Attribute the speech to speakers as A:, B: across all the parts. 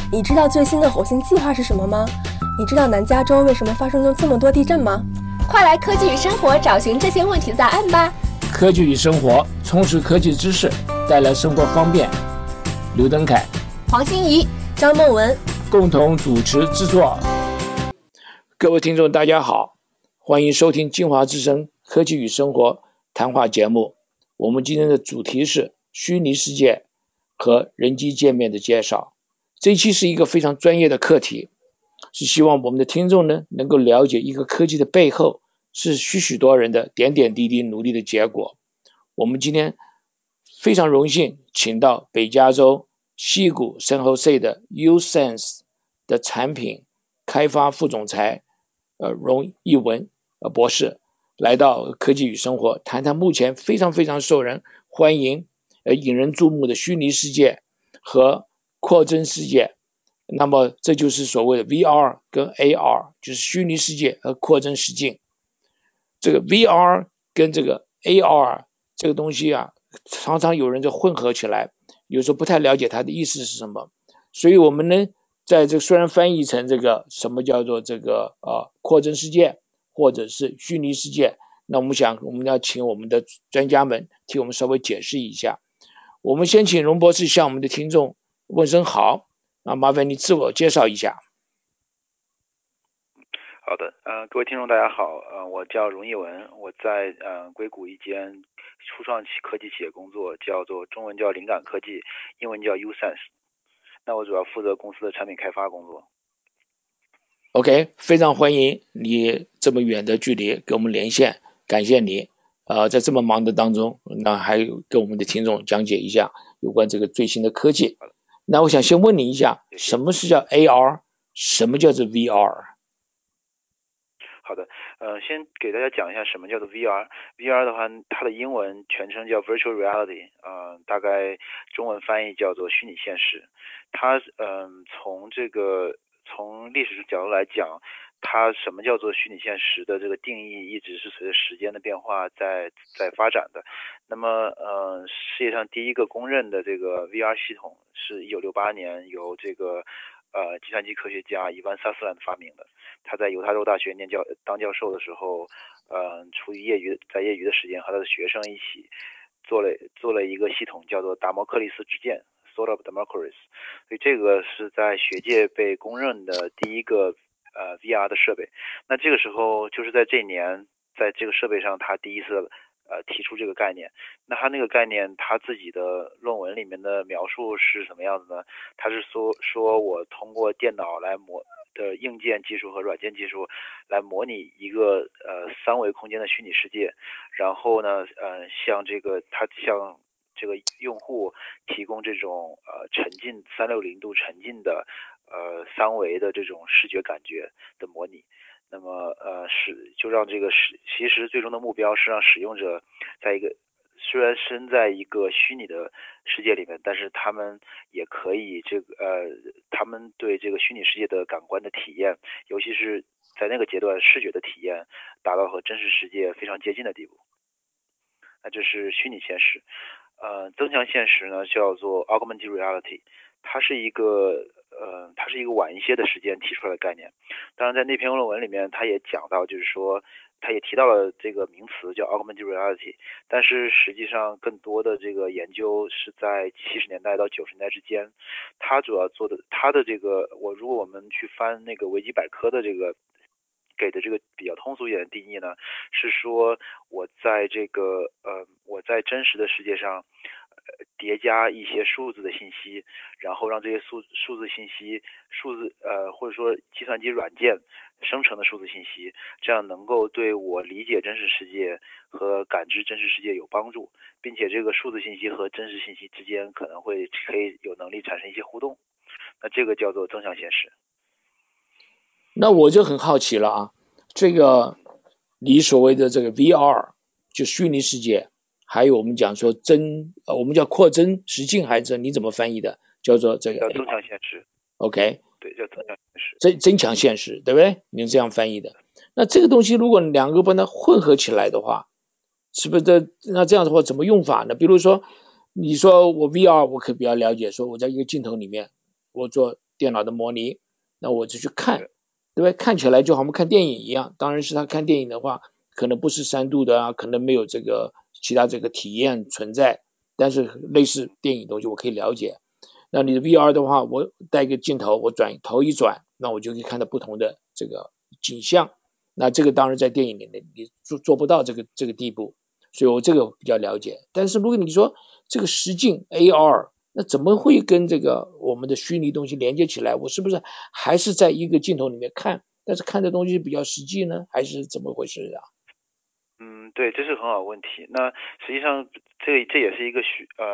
A: 你知道最新的火星计划是什么吗？你知道南加州为什么发生了这么多地震吗？
B: 快来科技与生活找寻这些问题的答案吧！
C: 科技与生活，充实科技知识，带来生活方便。刘登凯、
B: 黄欣怡、
A: 张梦文
C: 共同主持制作。各位听众大家好，欢迎收听金华之声科技与生活谈话节目。我们今天的主题是虚拟世界和人机界面的介绍。这一期是一个非常专业的课题，是希望我们的听众呢能够了解一个科技的背后是许多人的点点滴滴努力的结果。我们今天非常荣幸请到北加州矽谷San Jose的 Usense 的产品开发副总裁荣毅文博士来到科技与生活，谈谈目前非常受人欢迎引人注目的虚拟世界和扩增世界。那么这就是所谓的 VR 跟 AR， 就是虚拟世界和扩增实境。这个 VR 跟这个 AR 这个东西啊，常常有人就混合起来，有时候不太了解它的意思是什么。所以我们呢在这虽然翻译成这个什么叫做这个扩增世界或者是虚拟世界，那我们要请我们的专家们替我们稍微解释一下。我们先请荣博士向我们的听众问声好，麻烦你自我介绍一下。
D: 好的，各位听众大家好，我叫荣毅文，我在硅谷一间初创科技企业工作，中文叫灵感科技，英文叫 Usense。那我主要负责公司的产品开发工作。
C: OK， 非常欢迎你这么远的距离跟我们连线，感谢你。在这么忙的当中，那还跟我们的听众讲解一下有关这个最新的科技。那我想先问你一下，什么是叫 AR， 什么叫做 VR？
D: 好的，先给大家讲一下什么叫做 VR。VR 的话，它的英文全称叫 Virtual Reality， 大概中文翻译叫做虚拟现实。它从历史角度来讲，它什么叫做虚拟现实的这个定义一直是随着时间的变化在发展的。那么世界上第一个公认的这个 VR 系统是1968年由这个计算机科学家伊万·萨斯兰发明的。他在犹他州大学当教授的时候，出于业余的时间和他的学生一起做了一个系统，叫做达摩克利斯之剑 Sword of Damocles。所以这个是在学界被公认的第一个VR 的设备。那这个时候就是在这一年，在这个设备上他第一次提出这个概念。那他那个概念他自己的论文里面的描述是什么样子呢？他是说我通过电脑来的硬件技术和软件技术来模拟一个三维空间的虚拟世界，然后呢向这个用户提供这种沉浸360度沉浸的三维的这种视觉感觉的模拟。那么就让其实最终的目标是让使用者虽然身在一个虚拟的世界里面，但是他们也可以他们对这个虚拟世界的感官的体验，尤其是在那个阶段视觉的体验达到和真实世界非常接近的地步。那这是虚拟现实。增强现实呢叫做 augmented reality， 它是一个晚一些的时间提出来的概念。当然在那篇论文里面他也讲到，就是说他也提到了这个名词叫 augmented reality， 但是实际上更多的这个研究是在70年代到90年代之间。他主要做的如果我们去翻那个维基百科的这个给的这个比较通俗一点的定义呢，是说我在真实的世界上叠加一些数字的信息，然后让这些数字信息或者说计算机软件生成的数字信息，这样能够对我理解真实世界和感知真实世界有帮助，并且这个数字信息和真实信息之间可以有能力产生一些互动。那这个叫做增强现实。
C: 那我就很好奇了啊，这个你所谓的这个 VR 就虚拟世界，还有我们讲说我们叫扩增实境还是你怎么翻译的？叫做这个
D: 叫增强现实。
C: OK，
D: 对，叫增强现实。
C: 增强现实，对不对？您这样翻译的。那这个东西如果两个把它混合起来的话，是不是那这样的话怎么用法呢？比如说你说我 VR 我可以比较了解，说我在一个镜头里面我做电脑的模拟，那我就去看，对不对？看起来就好像我们看电影一样，当然是他看电影的话，可能不是3D的啊，可能没有这个其他这个体验存在，但是类似电影东西我可以了解。那你的 VR 的话，我带一个镜头，我头一转，那我就可以看到不同的这个景象。那这个当然在电影里面你做不到这个地步，所以我这个比较了解。但是如果你说这个实境 AR， 那怎么会跟这个我们的虚拟东西连接起来？我是不是还是在一个镜头里面看，但是看的东西比较实际呢？还是怎么回事啊？
D: 对，这是很好的问题。那实际上这也是一个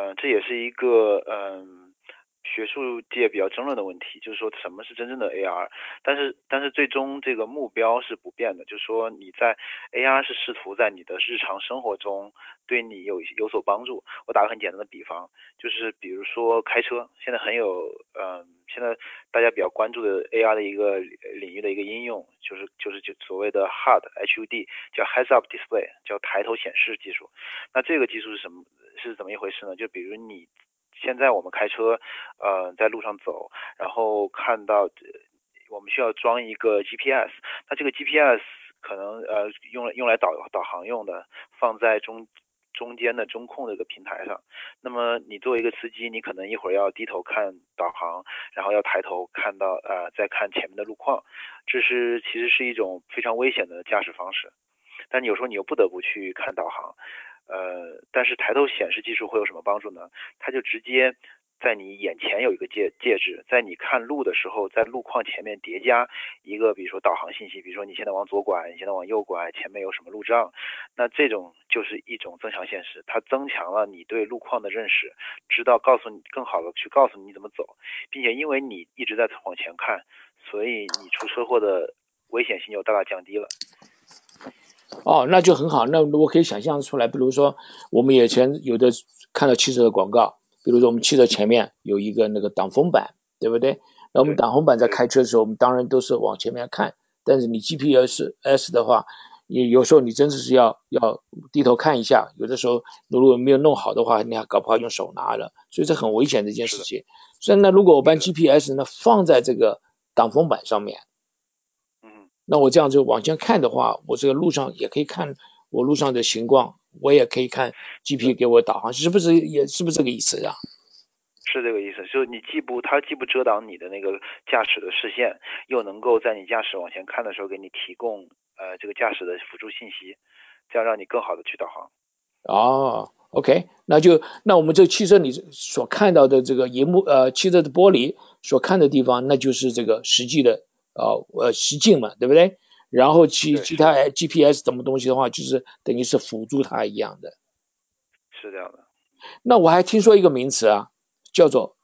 D: 学术界比较争论的问题，就是说什么是真正的 AR， 但是最终这个目标是不变的，就是说你在 AR 是试图在你的日常生活中对你有所帮助。我打个很简单的比方，就是比如说开车，现在现在大家比较关注的 AR 的一个领域的一个应用，就是所谓的 HUD， 叫 Heads Up Display， 叫抬头显示技术。那这个技术是怎么一回事呢？就比如现在我们开车，在路上走，然后看到我们需要装一个 GPS， 那这个 GPS 可能用来导航用的，放在中间的中控这个平台上。那么你作为一个司机，你可能一会儿要低头看导航，然后要抬头看到再看前面的路况，其实是一种非常危险的驾驶方式。但有时候你又不得不去看导航。但是抬头显示技术会有什么帮助呢？它就直接在你眼前有一个介质，在你看路的时候，在路况前面叠加一个，比如说导航信息，比如说你现在往左拐，你现在往右拐，前面有什么路障，那这种就是一种增强现实，它增强了你对路况的认识，更好的去告诉你怎么走，并且因为你一直在往前看，所以你出车祸的危险性就大大降低了。
C: 那就很好。那我可以想象出来，比如说我们以前有的看到汽车的广告，比如说我们汽车前面有一个那个挡风板，对不对？那我们挡风板在开车的时候，我们当然都是往前面看，但是你 GPS 的话，你有时候你真的是要低头看一下，有的时候如果没有弄好的话，你还搞不好用手拿了，所以这很危险的一件事情。所以那如果我把 GPS 呢放在这个挡风板上面，那我这样就往前看的话，我这个路上也可以看我路上的情况，我也可以看 GPS 给我导航，是不是这个意思啊？
D: 是这个意思，就是它既不遮挡你的那个驾驶的视线，又能够在你驾驶往前看的时候给你提供这个驾驶的辅助信息，这样让你更好的去导航。
C: OK， 那我们这汽车你所看到的这个荧幕汽车的玻璃所看的地方，那就是这个实际的实境嘛，对不对？然后其他 GPS 什么东西的话，就是等于是辅助它一样的。
D: 是这样的。
C: 那我还听说一个名词啊，叫做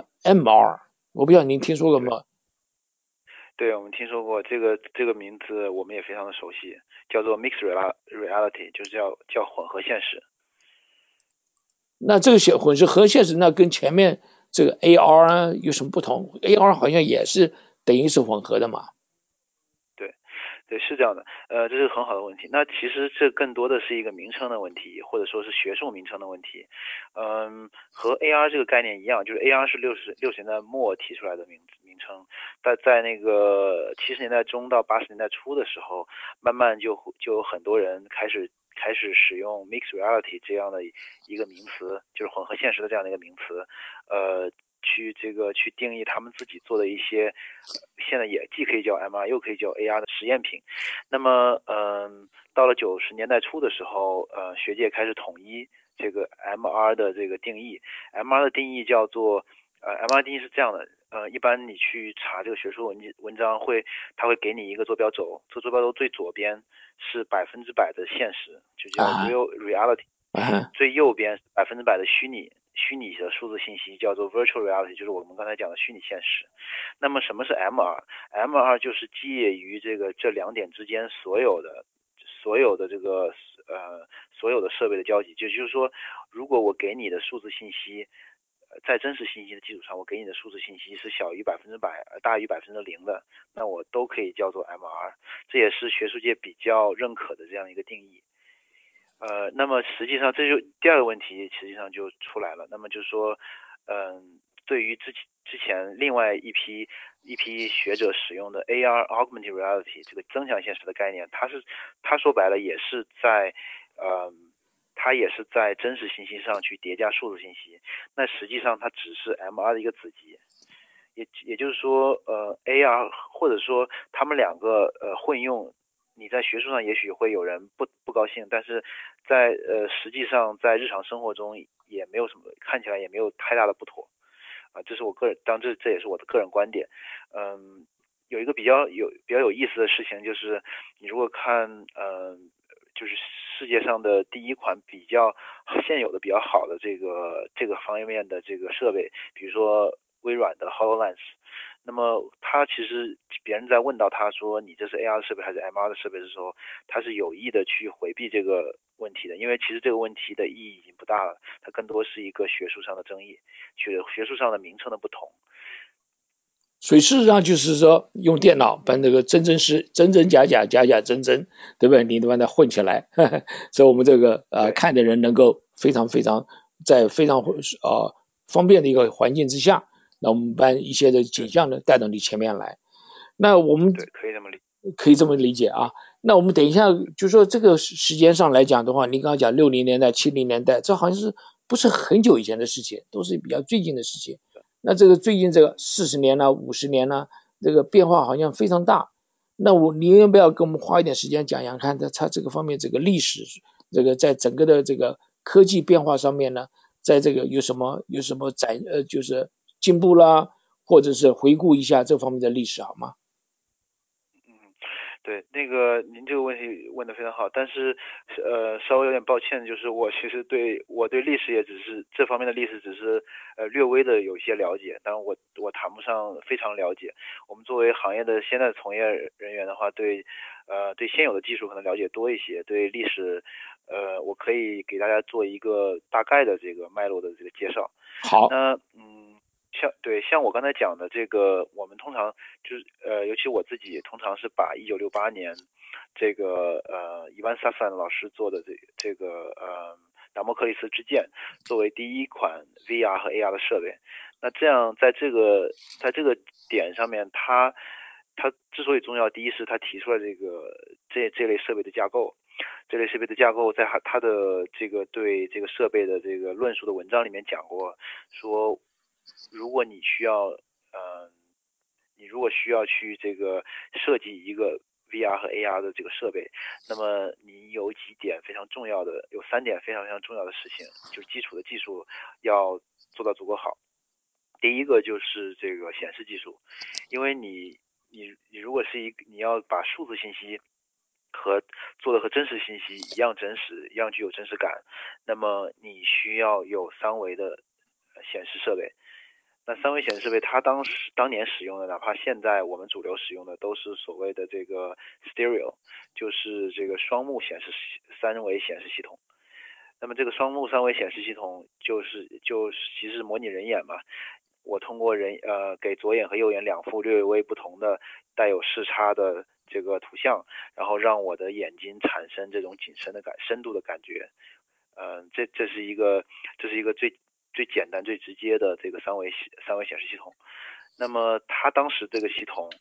C: MR， 我不知道您听说过吗？
D: 对，我们听说过这个名字，我们也非常的熟悉，叫做 Mixed Reality， 就是叫混合现实。
C: 那这个混合现实，那跟前面这个 AR 有什么不同？ AR 好像也是等于是混合的嘛。
D: 对，是这样的，这是很好的问题。那其实这更多的是一个名称的问题，或者说是学术名称的问题。和 AR 这个概念一样，就是 AR 是60年代末提出来的名称，在那个70年代中到80年代初的时候，慢慢就有很多人开始使用 mixed reality 这样的一个名词，就是混合现实的这样的一个名词，去定义他们自己做的一些，现在也既可以叫 MR 又可以叫 AR 的实验品。那么到了90年代初的时候，学界开始统一这个 MR 的这个定义。MR 的定义叫做MR 定义是这样的，一般你去查这个学术文章它会给你一个坐标轴，这坐标轴最左边是100%的现实，就叫 real reality，最右边是100%的虚拟的数字信息，叫做 virtual reality， 就是我们刚才讲的虚拟现实。那么什么是 MR？MR 就是介于这两点之间所有的这个所有的设备的交集，就是说，如果我给你的数字信息，在真实信息的基础上，我给你的数字信息是小于100%大于0%的，那我都可以叫做 MR。这也是学术界比较认可的这样一个定义。那么实际上这就第二个问题实际上就出来了。那么就是说， 对于之前另外一批学者使用的 AR augmented reality 这个增强现实的概念，它说白了也是在它也是在真实信息上去叠加数字信息，那实际上它只是 MR 的一个子集，也就是说AR 或者说他们两个混用，你在学术上也许会有人不高兴，但是在实际上在日常生活中也没有什么，看起来也没有太大的不妥这是我个人，当然这也是我的个人观点。有一个比较有意思的事情，就是你如果看就是世界上的第一款比较现有的比较好的这个方面的这个设备，比如说微软的 HoloLens， 那么它其实别人在问到他说你这是 AR 的设备还是 MR 的设备的时候，他是有意的去回避这个问题的，因为其实这个问题的意义已经不大了，它更多是一个学术上的争议，学术上的名称的不同。
C: 所以事实上就是说，用电脑把那个真假假假假真，对不对？你把它混起来，所以我们这个看的人能够非常在非常方便的一个环境之下，那我们把一些的景象呢带到你前面来。那我们
D: 可
C: 以这么理解啊。那我们等一下就说这个时间上来讲的话，您刚刚讲60年代、70年代，这好像是不是很久以前的事情，都是比较最近的事情。那这个最近这个40年啦、50年啦，这个变化好像非常大。那你要不要跟我们花一点时间讲讲看，它这个方面这个历史，这个在整个的这个科技变化上面呢，在这个有什么就是进步啦，或者是回顾一下这方面的历史好吗？
D: 对，那个您这个问题问得非常好，但是稍微有点抱歉，就是我其实对历史也只是这方面的历史只是略微的有一些了解，当然我谈不上非常了解。我们作为行业的现在的从业人员的话，对现有的技术可能了解多一些，对历史我可以给大家做一个大概的这个脉络的这个介绍。
C: 好，
D: 那像我刚才讲的这个，我们通常就是尤其我自己通常是把1968年这个伊万萨凡老师做的这个达摩克利斯之剑作为第一款 VR 和 AR 的设备。那这样在这个点上面，它之所以重要，第一是它提出了这类设备的架构。这类设备的架构在它的这个对这个设备的这个论述的文章里面讲过，说如果你需要去这个设计一个 VR 和 AR 的这个设备，那么你有3点非常重要的事情，就是基础的技术要做到足够好。第一个就是这个显示技术，因为你如果是你要把数字信息做的和真实信息一样真实，一样具有真实感，那么你需要有3维的显示设备。那3维显示设备它当年使用的，哪怕现在我们主流使用的，都是所谓的这个 stereo， 就是这个双目3维显示系统。那么这个双目3维显示系统就其实模拟人眼嘛，我通过给左眼和右眼2副略微不同的带有视差的这个图像，然后让我的眼睛产生这种景深度的感觉。这是一个最简单最直接的这个3维显示系统。那么它当时这个系统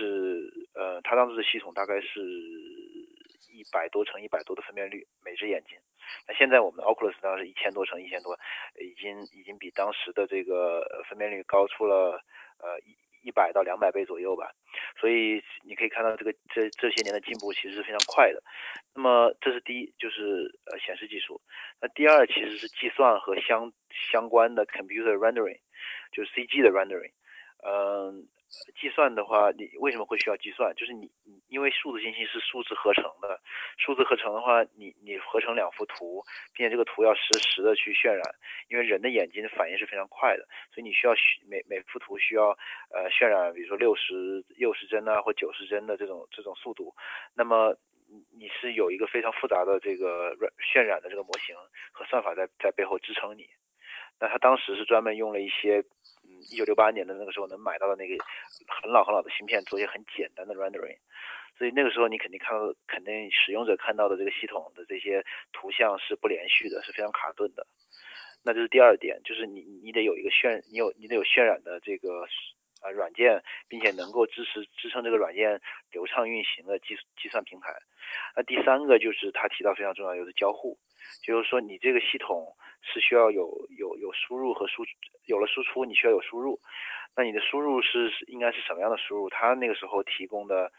D: 大概是100多乘100多的分辨率每只眼睛。那现在我们的 Oculus 当然是1000多乘1000多，已经比当时的这个分辨率高出了100到200倍左右吧。所以你可以看到这些年的进步其实是非常快的。那么这是第一，就是显示技术。那第二其实是计算和相关的 computer rendering， 就是 CG 的 rendering。计算的话，你为什么会需要计算？就是因为数字信息是数字合成的，数字合成的话，你合成2幅图，并且这个图要实时的去渲染，因为人的眼睛的反应是非常快的，所以你需要每幅图需要渲染，比如说60帧啊或90帧的这种速度。那么你是有一个非常复杂的这个渲染的这个模型和算法在背后支撑你。那他当时是专门用了一些1968年的那个时候能买到的那个很老的芯片做一些很简单的 rendering， 所以那个时候你肯定使用者看到的这个系统的这些图像是不连续的，是非常卡顿的。 那这是第二点，就是你得有一个你得有渲染的这个软件，并且能够支撑这个软件流畅运行的计算平台。那第三个就是他提到非常重要的就是交互，就是说你这个系统是需要有输入和有了输出，你需要有输入。那你的输入应该是什么样的输入？他那个时候提供的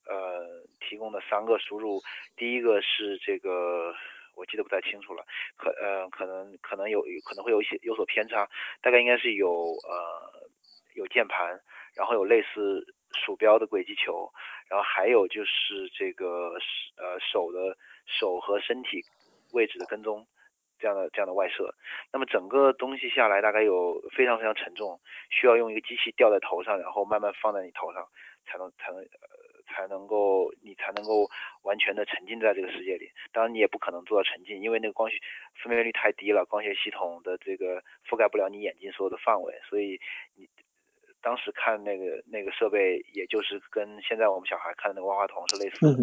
D: 3个输入，第一个是这个我记得不太清楚了，可能会有所偏差，大概应该是有键盘，然后有类似鼠标的轨迹球，然后还有就是这个手和身体位置的跟踪。这样的外设，那么整个东西下来大概有非常非常沉重，需要用一个机器吊在头上，然后慢慢放在你头上，才能够完全的沉浸在这个世界里。当然你也不可能做到沉浸，因为那个光学分辨率太低了，光学系统的这个覆盖不了你眼睛所有的范围，所以你当时看那个设备，也就是跟现在我们小孩看的那个万花筒是类似的。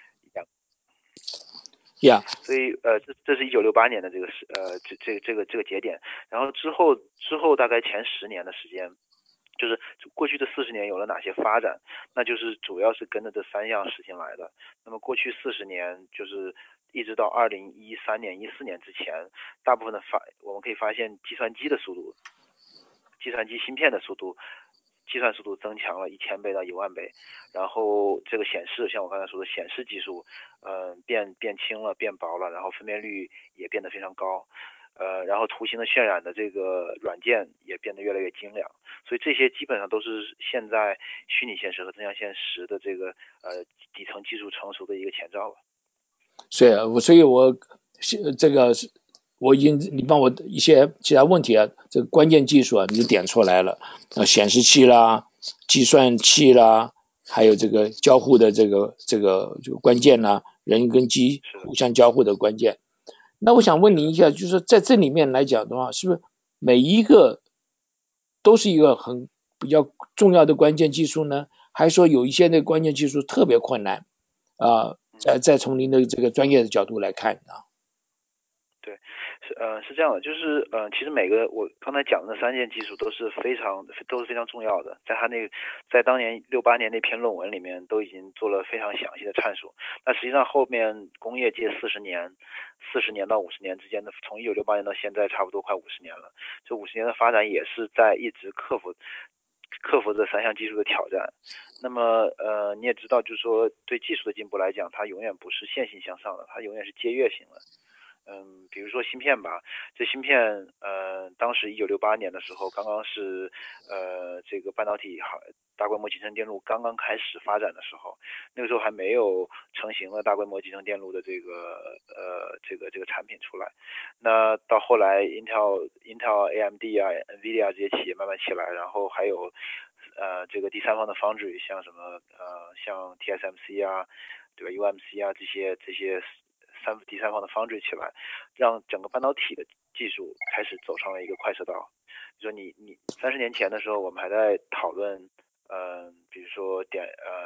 D: 所以这是1968年的这个节点，然后之后大概前10年的时间，就是过去的40年有了哪些发展，那就是主要是跟着这3样事情来的。那么过去40年就是一直到2013年、14年之前，大部分的我们可以发现计算机的速度，计算机芯片的速度。计算速度增强了1000倍到10000倍，然后这个显示，像我刚才说的显示技术，变轻了，变薄了，然后分辨率也变得非常高，然后图形的渲染的这个软件也变得越来越精良，所以这些基本上都是现在虚拟现实和增强现实的这个底层技术成熟的一个前兆了。
C: 所以我这个你帮我一些其他问题啊，这个关键技术啊，你就点出来了，显示器啦、计算器啦，还有这个交互的这个关键啦，人跟机互相交互的关键。那我想问您一下，就是在这里面来讲的话，是不是每一个都是一个比较重要的关键技术呢？还是说有一些那个关键技术特别困难啊？再从您的这个专业的角度来看啊。
D: 对，是这样的，就是其实每个我刚才讲的那3件技术都是非常重要的，在当年68年那篇论文里面都已经做了非常详细的阐述。那实际上后面工业界40年到50年之间的，从1968年到现在差不多快50年了，这50年的发展也是在一直克服这3项技术的挑战。那么你也知道，就是说对技术的进步来讲，它永远不是线性向上的，它永远是阶跃型的。比如说芯片吧，这芯片当时1968年的时候，刚刚是这个半导体大规模集成电路刚刚开始发展的时候，那个时候还没有成型的大规模集成电路的这个产品出来。那到后来 Intel、AMD 啊、NVIDIA 这些企业慢慢起来，然后还有这个第三方的 foundry， 像什么像 TSMC 啊，对吧 UMC 啊这些第三方的 foundry 起来，让整个半导体的技术开始走上了一个快车道。比如说你30年前的时候，我们还在讨论比如说点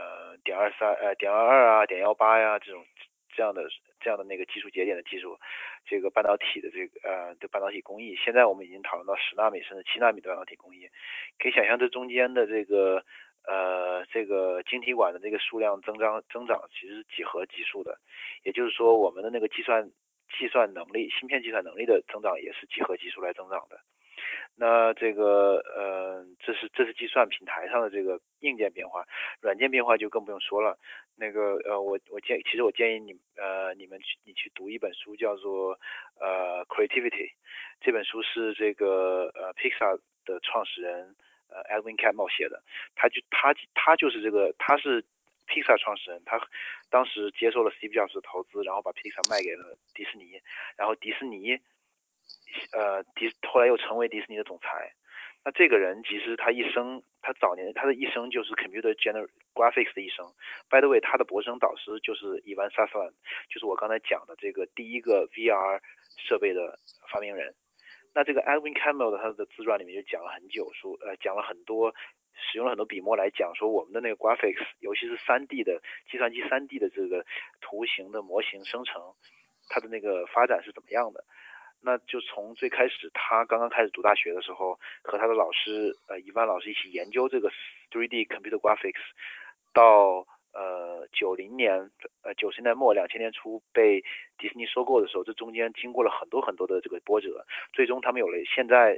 D: 22啊、点18呀这样的那个技术节点的技术，这个半导体的的半导体工艺，现在我们已经讨论到10纳米甚至7纳米的半导体工艺，可以想象这中间的这个晶体管的这个数量增长其实是几何级数的，也就是说我们的那个计算能力，芯片计算能力的增长也是几何级数来增长的。那这个这是计算平台上的这个硬件变化，软件变化就更不用说了。那个其实我建议你去读一本书，叫做Creativity， 这本书是这个Pixar 的创始人Edwin Catmull 写的，他就是他是 Pixar 创始人，他当时接受了 Steve Jobs 的投资，然后把 Pixar 卖给了迪士尼，然后迪士尼后来又成为迪士尼的总裁。那这个人其实他的一生就是 Computer Graphics 的一生。By the way， 他的博士生导师就是 Ivan Saslan， 就是我刚才讲的这个第一个 VR 设备的发明人。那这个 Edwin Catmull 的他的自传里面就讲了讲了很多，使用了很多笔墨来讲说我们的那个 graphics， 尤其是3D 的计算机3D 的这个图形的模型生成，它的那个发展是怎么样的。 那就从最开始他刚刚开始读大学的时候，和他的老师伊万老师一起研究这个 3D computer graphics， 到90年90年代末2000年初被迪士尼收购的时候，这中间经过了很多很多的这个波折，最终他们有了现在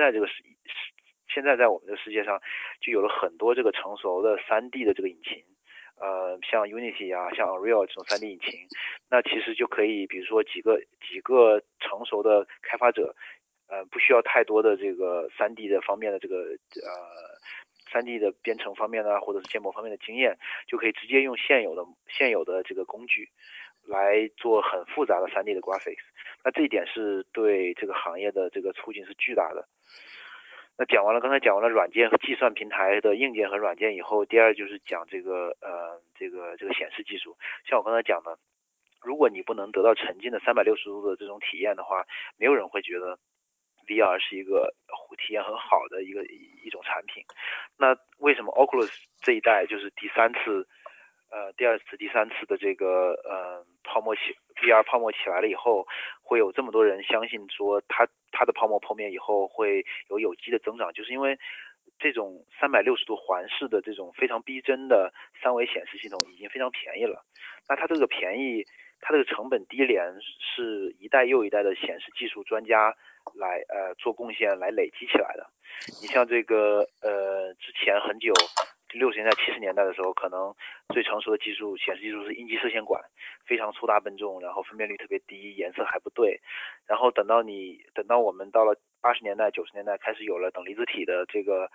D: 在我们的世界上就有了很多这个成熟的 3D 的这个引擎，像 Unity 啊，像 Unreal 这种 3D 引擎，那其实就可以比如说几个成熟的开发者不需要太多的这个 3D 的方面的这个3D 的编程方面呢，或者是建模方面的经验，就可以直接用现有的这个工具来做很复杂的 3D 的 graphics。那这一点是对这个行业的这个促进是巨大的。那刚才讲完了软件和计算平台的硬件和软件以后，第二就是讲这个显示技术。像我刚才讲的，如果你不能得到沉浸的360度的这种体验的话，没有人会觉得 VR 是一个体验很好的一种产品。那为什么 Oculus 这一代就是第二次、第三次的这个VR 泡沫起来了以后，会有这么多人相信说它的泡沫破灭以后会有机的增长，就是因为这种360度环视的这种非常逼真的3维显示系统已经非常便宜了。那它这个便宜，它这个成本低廉是一代又一代的显示技术专家来做贡献来累积起来的。你像这个之前很久60年代70年代的时候，可能最成熟的显示技术是阴极射线管，非常粗大笨重，然后分辨率特别低，颜色还不对。然后等到我们到了80年代90年代开始有了等离子体的这个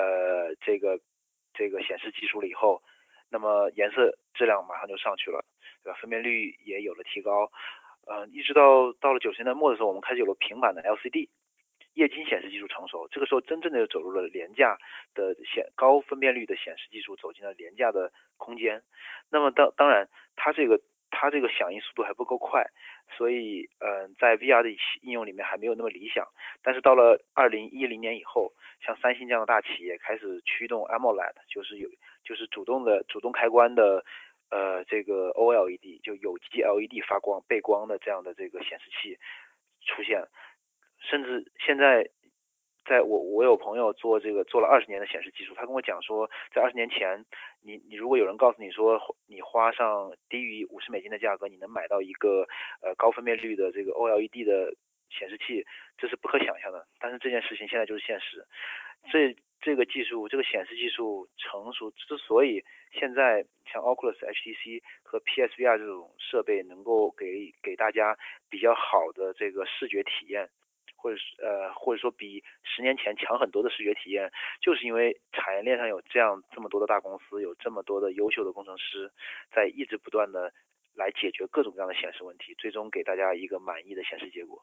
D: 显示技术了以后，那么颜色质量马上就上去了，对吧？分辨率也有了提高。一直到了90年代末的时候，我们开始有了平板的 LCD。液晶显示技术成熟，这个时候真正的走入了廉价的高分辨率的显示技术，走进了廉价的空间。那么当然它这个响应速度还不够快，所以在 VR 的应用里面还没有那么理想。但是到了2010年以后，像三星这样的大企业开始驱动 AMOLED， 就是主动开关的这个 OLED， 就有机 LED 发光背光的这样的这个显示器出现。甚至现在我有朋友做了20年的显示技术，他跟我讲说，在20年前，你如果有人告诉你说你花上低于$50的价格，你能买到一个高分辨率的这个 OLED 的显示器，这是不可想象的。但是这件事情现在就是现实。这个技术，这个显示技术成熟，之所以现在像 Oculus HTC 和 PSVR 这种设备能够给大家比较好的这个视觉体验，或者说比10年前强很多的视觉体验，就是因为产业链上有这么多的大公司，有这么多的优秀的工程师，在一直不断的来解决各种各样的显示问题，最终给大家一个满意的显示结果。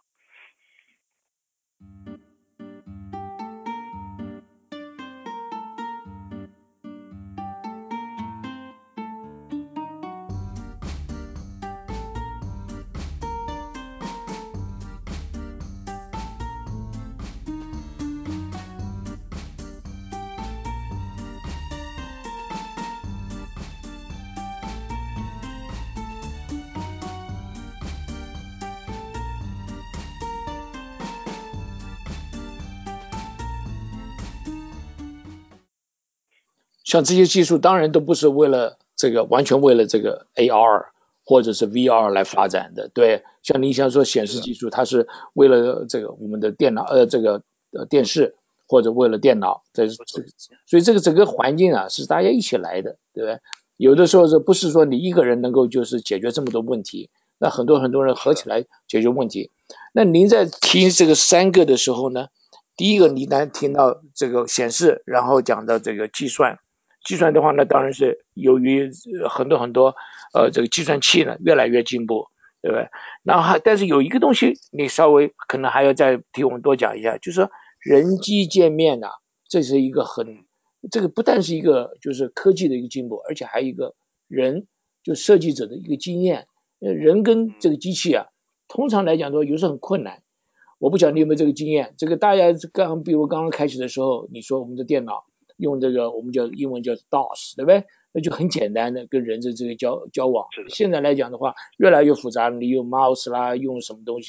C: 像这些技术当然都不是完全为了这个 AR 或者是 VR 来发展的，对，像你想说显示技术，它是为了这个我们的电脑电视或者为了电脑，所以这个整个环境啊是大家一起来的，对不对？有的时候不是说你一个人能够就是解决这么多问题，那很多人合起来解决问题。那您在提这个3个的时候呢，第一个你听到这个显示，然后讲到这个计算的话呢，当然是由于很多这个计算器呢越来越进步，对不对？然后但是有一个东西你稍微可能还要再替我们多讲一下，就是说人机界面啊，这是一个这个不但是一个就是科技的一个进步，而且还有一个就设计者的一个经验。人跟这个机器啊，通常来讲说有时候很困难。我不晓得你有没有这个经验，这个大家比如刚刚开始的时候，你说我们的电脑用这个我们英文叫 DOS， 对不对？那就很简单的跟人的这个交往。现在来讲的话越来越复杂了，你用 mouse 啦，用什么东西了，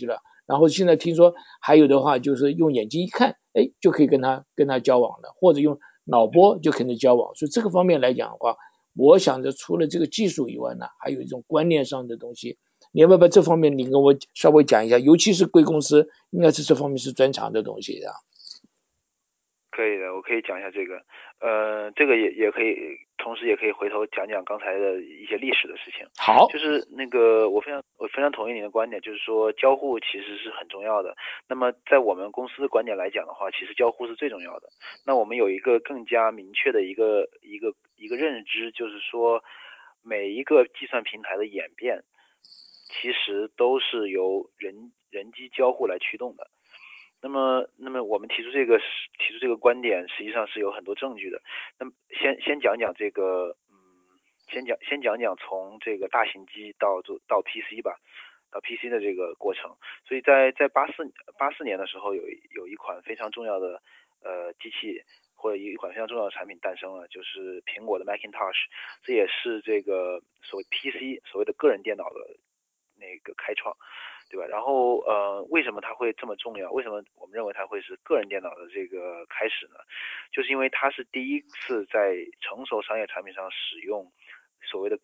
C: 然后现在听说还有的话就是用眼睛一看，哎，就可以跟他交往了，或者用脑波就可能交往。所以这个方面来讲的话，我想着除了这个技术以外呢，还有一种观念上的东西。你要不要这方面你跟我稍微讲一下？尤其是贵公司应该是这方面是专长的东西的。
D: 可以的，我可以讲一下这个，这个也可以，同时也可以回头讲讲刚才的一些历史的事情。
C: 好，
D: 就是那个我非常同意您的观点，就是说交互其实是很重要的。那么在我们公司的观点来讲的话，其实交互是最重要的。那我们有一个更加明确的一个认知，就是说每一个计算平台的演变，其实都是由人机交互来驱动的。那么我们提出这个观点，实际上是有很多证据的。那么先讲讲这个，先讲讲从这个大型机到 PC 吧，到 PC 的这个过程。所以在84年的时候，有一款非常重要的机器或者一款非常重要的产品诞生了，就是苹果的 Macintosh， 这也是这个所谓 PC 所谓的个人电脑的那个开创。对吧？然后为什么它会这么重要？为什么我们认为它会是个人电脑的这个开始呢？就是因为它是第一次在成熟商业产品上使用所谓的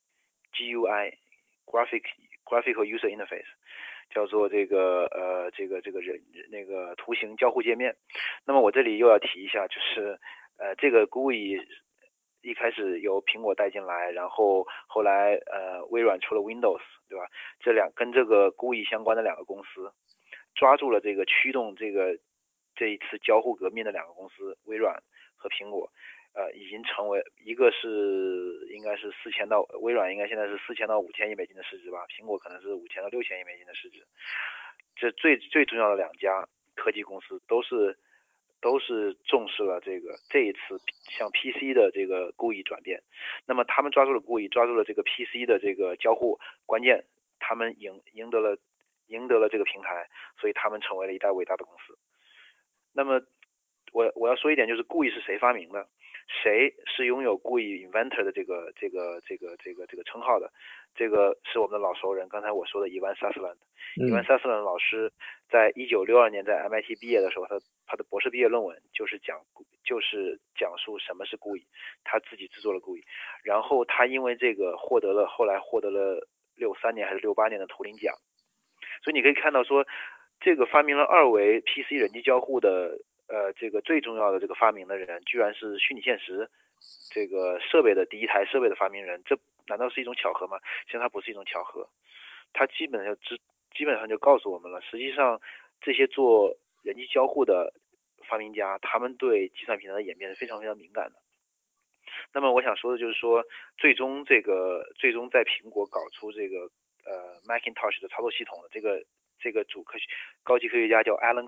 D: GUI Graphical User Interface， 叫做这个那个图形交互界面。那么我这里又要提一下，就是这个 GUI。一开始由苹果带进来，然后后来微软出了 Windows， 对吧？跟这个GUI相关的两个公司，抓住了这个驱动这一次交互革命的两个公司，微软和苹果，已经成为一个是应该是微软应该现在是4000到5000亿美金的市值吧，苹果可能是5000到6000亿美金的市值。这最重要的两家科技公司都是重视了这一次向 PC 的这个GUI转变。那么他们抓住了GUI，抓住了这个 PC 的这个交互关键，他们赢得了这个平台，所以他们成为了一家伟大的公司。那么我要说一点，就是GUI是谁发明的？谁是拥有GUI inventor 的这个称号的？这个是我们的老熟人，刚才我说的Ivan Sutherland。Ivan Sutherland 老师在1962年在 MIT 毕业的时候，他的博士毕业论文就是讲述什么是GUI，他自己制作了GUI，然后他因为这个后来获得了63年还是68年的图灵奖。所以你可以看到说，这个发明了二维 PC 人机交互的这个最重要的这个发明的人，居然是虚拟现实这个第一台设备的发明人，这难道是一种巧合吗？其实它不是一种巧合，它基本上就告诉我们了，实际上这些做人机交互的发明家，他们对计算平台的演变是非常非常敏感的。那么我想说的就是说，最终在苹果搞出这个Macintosh 的操作系统的这个高级科学家叫 Alan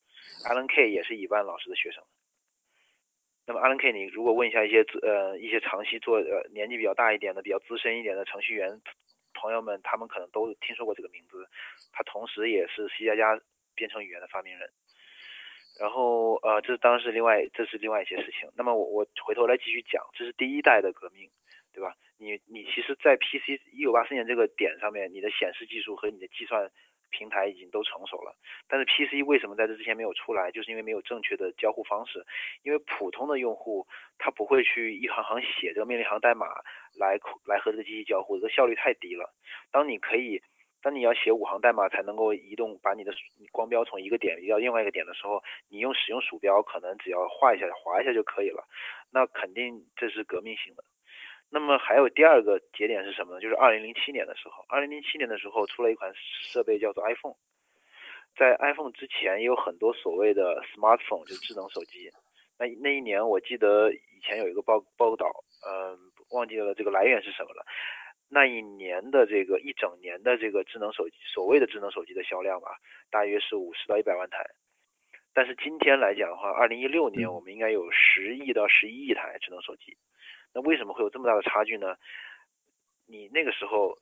D: Kay 也是Ivan老师的学生。那么 Alan Kay， 你如果问一下一些长期做年纪比较大一点的、比较资深一点的程序员朋友们，他们可能都听说过这个名字。他同时也是 C++ 编程语言的发明人。然后这是另外一些事情。那么我回头来继续讲，这是第一代的革命，对吧？你其实在 PC 1984年这个点上面，你的显示技术和你的计算平台已经都成熟了。但是 PC 为什么在这之前没有出来？就是因为没有正确的交互方式。因为普通的用户他不会去一行行写这个命令行代码来和这个机器交互，这个效率太低了。当你要写5行代码才能够移动，把你的光标从一个点移到另外一个点的时候，你使用鼠标可能只要划一下就可以了，那肯定这是革命性的。那么还有第二个节点是什么呢？就是2007年的时候出了一款设备叫做 iPhone。在 iPhone 之前也有很多所谓的 smartphone， 就是智能手机。那一年我记得以前有一个报道，忘记了这个来源是什么了。那一年的一整年的这个所谓的智能手机的销量吧，大约是50到100万台。但是今天来讲的话，2016年我们应该有10亿到11亿台智能手机。那为什么会有这么大的差距呢？你那个时候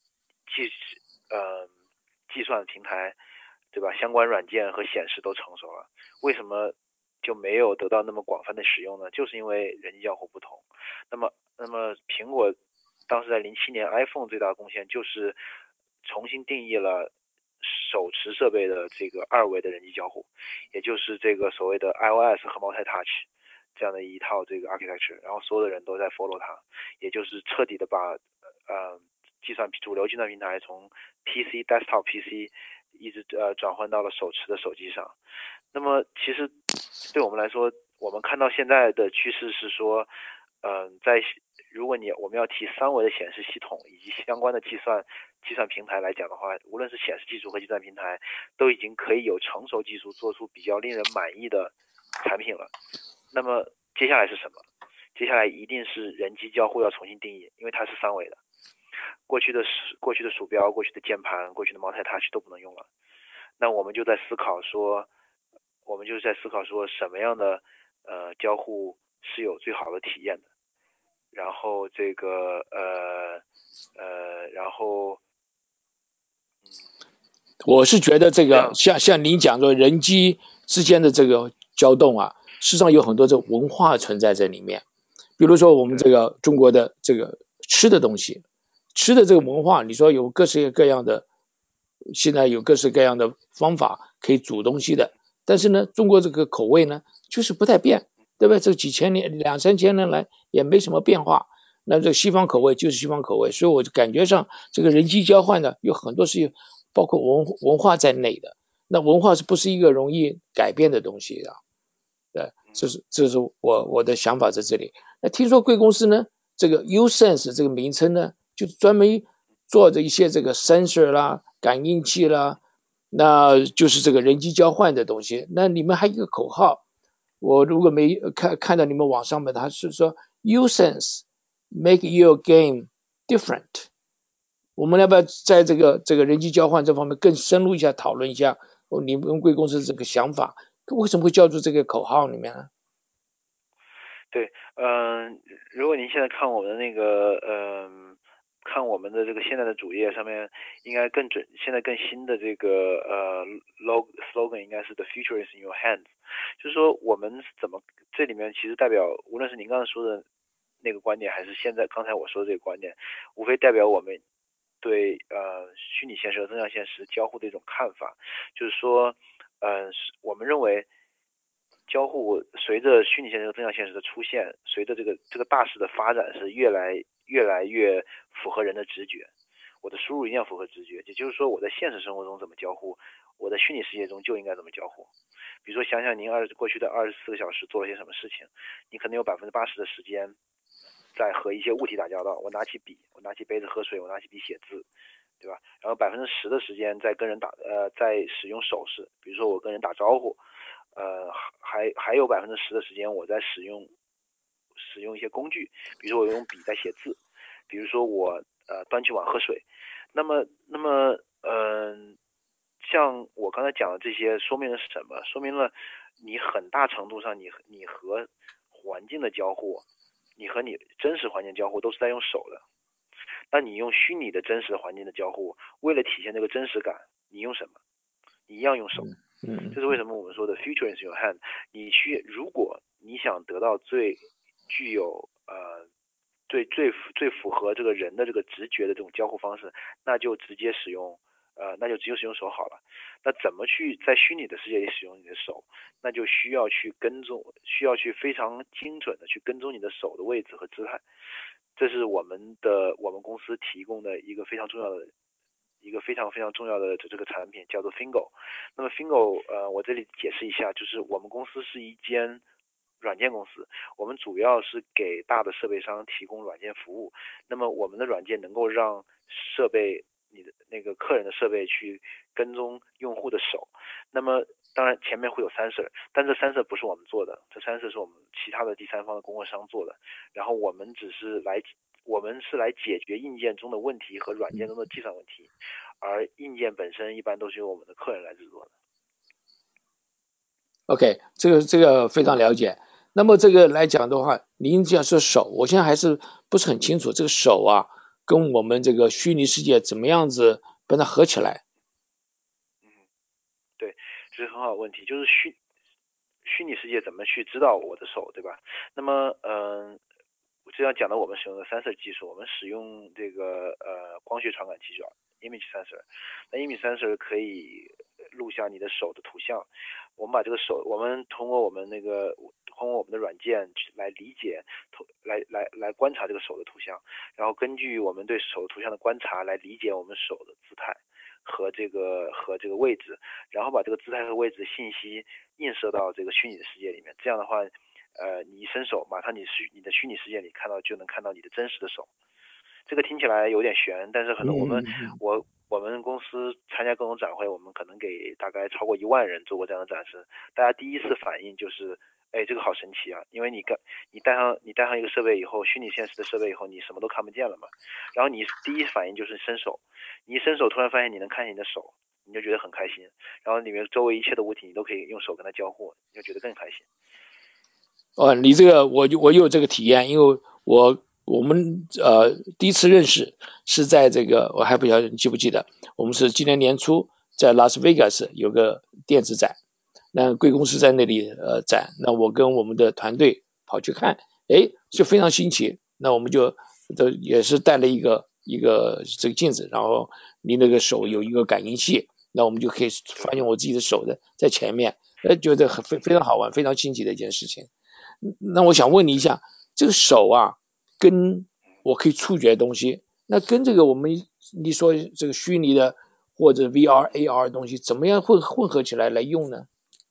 D: 计算平台，对吧？相关软件和显示都成熟了，为什么就没有得到那么广泛的使用呢？就是因为人机交互不同。那么苹果当时在07年 iPhone 最大的贡献就是重新定义了手持设备的这个2维的人机交互，也就是这个所谓的 iOS 和 multi-touch 这样的一套这个 architecture， 然后所有的人都在 follow 它，也就是彻底的把主流计算平台从 PC desktop PC 一直转换到了手持的手机上。那么其实对我们来说，我们看到现在的趋势是说，如果我们要提3维的显示系统以及相关的计算平台来讲的话，无论是显示技术和计算平台，都已经可以有成熟技术做出比较令人满意的产品了。那么接下来是什么？接下来一定是人机交互要重新定义，因为它是3维的。过去的鼠标、过去的键盘、过去的 multi-touch 都不能用了。那我们就在思考说什么样的交互是有最好的体验的。然后
C: 我是觉得这个像您讲的人机之间的这个交动啊，事实上有很多这文化存在这里面。比如说我们这个中国的这个吃的东西，吃的这个文化，你说有各式各样的，现在有各式各样的方法可以煮东西的，但是呢，中国这个口味呢就是不太变，对不对？这几千年、2、3千年来也没什么变化。那这西方口味就是西方口味，所以我就感觉上这个人机交换呢，有很多是包括文化在内的。那文化是不是一个容易改变的东西啊？对，这是我的想法在这里。那听说贵公司呢，这个 Usense 这个名称呢，就专门做的一些这个 sensor 啦、感应器啦，那就是这个人机交换的东西。那你们还有一个口号，我如果没看到你们网上面，它是说 Usense make your game different。我们要不要在这个人机交换这方面更深入一下讨论一下你们贵公司这个想法？为什么会叫做这个口号里面呢？
D: 对，如果您现在看我们的看我们的这个现在的主页上面，应该现在更新的这个slogan 应该是 The future is in your hands， 就是说我们这里面其实代表，无论是您刚才说的那个观点，还是刚才我说的这个观点，无非代表我们对虚拟现实和增强现实交互的一种看法，就是说我们认为交互随着虚拟现实和增强现实的出现，随着这个大势的发展，是越来越符合人的直觉。我的输入一定要符合直觉，也就是说我在现实生活中怎么交互，我在虚拟世界中就应该怎么交互。比如说想想您过去的24个小时做了些什么事情，你可能有80%的时间在和一些物体打交道，我拿起笔，我拿起杯子喝水，我拿起笔写字，对吧？然后10%的时间在在使用手势，比如说我跟人打招呼，还有10%的时间我在使用一些工具，比如说我用笔在写字，比如说我端起碗喝水。那么像我刚才讲的这些，说明了是什么？说明了你很大程度上你和环境的交互，你和你真实环境交互都是在用手的。那你用虚拟的真实环境的交互，为了体现这个真实感，你用什么？你一样用手。这是为什么我们说的 future is in your hand。如果你想得到最具有最符合这个人的这个直觉的这种交互方式，那就直接使用手好了。那怎么去在虚拟的世界里使用你的手？那就需要去非常精准的去跟踪你的手的位置和姿态。这是我们公司提供的一个非常重要的这个产品，叫做 Fingo。那么 Fingo，我这里解释一下，就是我们公司是一间软件公司，我们主要是给大的设备商提供软件服务。那么我们的软件能够让你的那个客人的设备去跟踪用户的手。那么当然前面会有sensor，但这sensor不是我们做的，这sensor是我们其他的第三方的供货商做的。然后我们是来解决硬件中的问题和软件中的计算问题，而硬件本身一般都是由我们的客人来制作的。
C: OK， 这个非常了解。那么这个来讲的话，您这样说手，我现在还是不是很清楚，这个手啊，跟我们这个虚拟世界怎么样子把它合起来？
D: 对，这是很好的问题，就是虚拟世界怎么去知道我的手，对吧？那么这际上讲到我们使用的 sensor 技术，我们使用这个光学传感器叫 image sensor。那 image sensor 可以录下你的手的图像，我们把这个手，我们通过我们的软件来理解，来观察这个手的图像，然后根据我们对手图像的观察来理解我们手的姿态和这个位置，然后把这个姿态和位置的信息映射到这个虚拟的世界里面。这样的话，你一伸手，马上你的虚拟世界里就能看到你的真实的手。这个听起来有点悬，但是可能我们公司参加各种展会，我们可能给大概超过1万人做过这样的展示，大家第一次反应就是，哎，这个好神奇啊！因为你戴上一个设备以后，虚拟现实的设备以后，你什么都看不见了嘛。然后你第一反应就是伸手，你一伸手突然发现你能看见你的手，你就觉得很开心。然后里面周围一切的物体你都可以用手跟它交互，你就觉得更开心。
C: 你这个我有这个体验，因为我们第一次认识是在这个，我还不晓得你记不记得，我们是今年年初在拉斯维加斯有个电子展，那贵公司在那里展，那我跟我们的团队跑去看，就非常新奇，那我们就也是带了一个这个镜子，然后你那个手有一个感应器，那我们就可以发现我自己的手在前面，觉得非常好玩，非常新奇的一件事情。那我想问你一下，这个手啊，跟我可以触觉的东西，那跟这个你说这个虚拟的或者 VR、AR 的东西，怎么样混合起来用呢？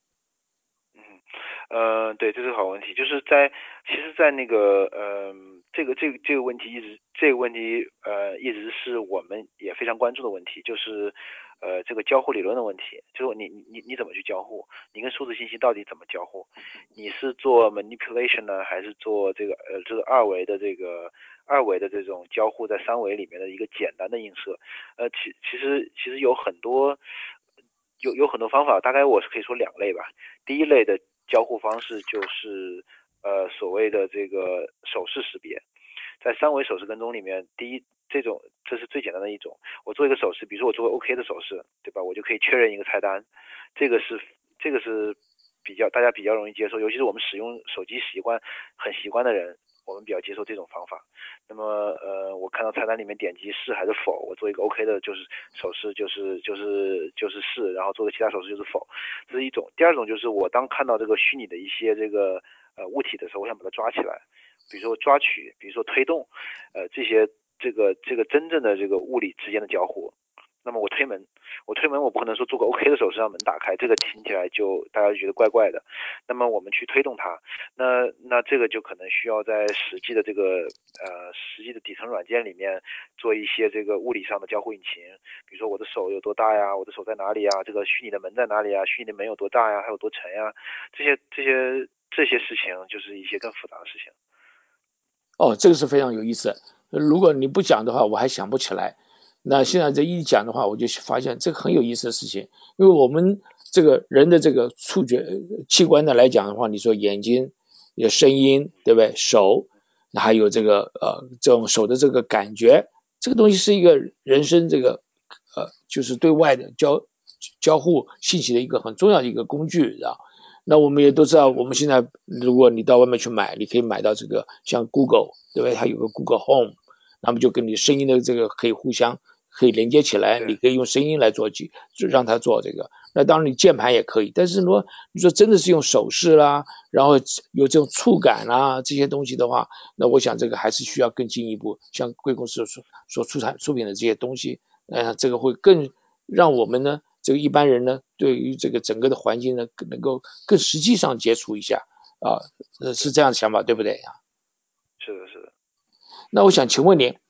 D: 对，这是个好问题，就是其实在那个这个问题一直是我们也非常关注的问题，就是这个交互理论的问题，就是你怎么去交互，你跟数字信息到底怎么交互，你是做 manipulation 呢，还是做这个二维的这种交互在3维里面的一个简单的映射？其实有很多方法，大概我是可以说2类吧。第一类的交互方式就是所谓的这个手势识别，在3维手势跟踪里面，这是最简单的一种。我做一个手势，比如说我做个 OK 的手势，对吧？我就可以确认一个菜单，这个是大家比较容易接受，尤其是我们使用手机很习惯的人，我们比较接受这种方法。那么我看到菜单里面点击是还是否，我做一个 OK 的就是手势就是是，然后做个其他手势就是否，这是一种。第二种就是我当看到这个虚拟的一些这个物体的时候，我想把它抓起来，比如说抓取，比如说推动，这个真正的这个物理之间的交互。那么我推门，我不可能说做个 OK 的手势让门打开，这个听起来大家就觉得怪怪的。那么我们去推动它，那这个就可能需要在实际的底层软件里面做一些这个物理上的交互引擎，比如说我的手有多大呀，我的手在哪里呀，这个虚拟的门在哪里呀，虚拟的门有多大呀，还有多沉呀，这些事情就是一些更复杂的事情。
C: 这个是非常有意思，如果你不讲的话，我还想不起来。那现在这一讲的话，我就发现这个很有意思的事情，因为我们这个人的这个触觉器官的来讲的话，你说眼睛有声音，对不对？手，那还有这个这种手的这个感觉，这个东西是一个人生这个就是对外的交互信息的一个很重要的一个工具，知道？那我们也都知道，我们现在如果你到外面去买，你可以买到这个像 Google， 对不对？它有个 Google Home， 那么就跟你声音的这个可以连接起来，你可以用声音来就让它做这个。那当然你键盘也可以，但是你说真的是用手势啦，然后有这种触感啦这些东西的话，那我想这个还是需要更进一步，像贵公司所出品的这些东西，这个会更让我们呢这个一般人呢对于这个整个的环境呢能够更实际上接触一下是这样的想法，对不对呀？
D: 是的。
C: 那我想请问您，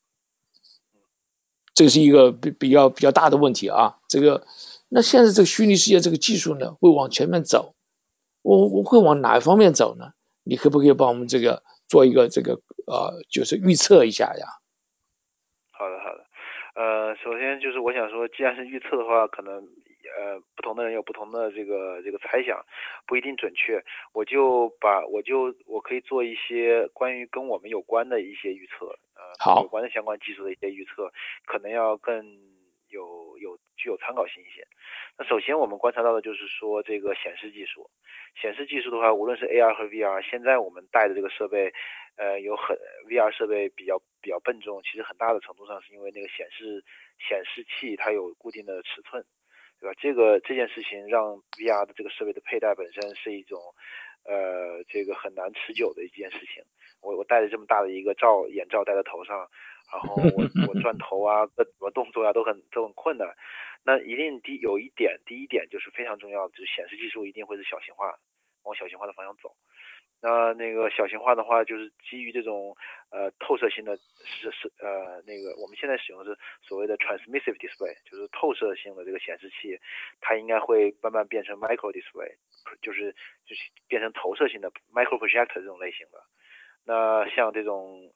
C: 这个是一个比较大的问题啊。那现在这个虚拟世界这个技术呢，会往前面走，我会往哪一方面走呢？你可不可以帮我们这个做一个就是预测一下呀？
D: 好的。首先就是我想说，既然是预测的话，可能不同的人有不同的这个猜想，不一定准确。我可以做一些关于跟我们有关的一些预测，
C: 好，
D: 有关的相关技术的一些预测，可能要更具有参考性一些。 那首先我们观察到的就是说这个显示技术的话，无论是 AR 和 VR，现在我们带的这个设备，VR 设备比较笨重，其实很大的程度上是因为那个显示器它有固定的尺寸，对吧？这件事情让 VR 的这个设备的佩戴本身是一种这个很难持久的一件事情。我戴着这么大的一个眼罩戴在头上，然后我转头啊，各什么动作啊都很困难。那一定第一点就是非常重要的，就是显示技术一定会是小型化，往小型化的方向走。那个小型化的话，就是基于这种透射性的那个我们现在使用的是所谓的 transmissive display， 就是透射性的这个显示器，它应该会慢慢变成 micro display， 就是变成投射性的 micro projector 这种类型的。那像这种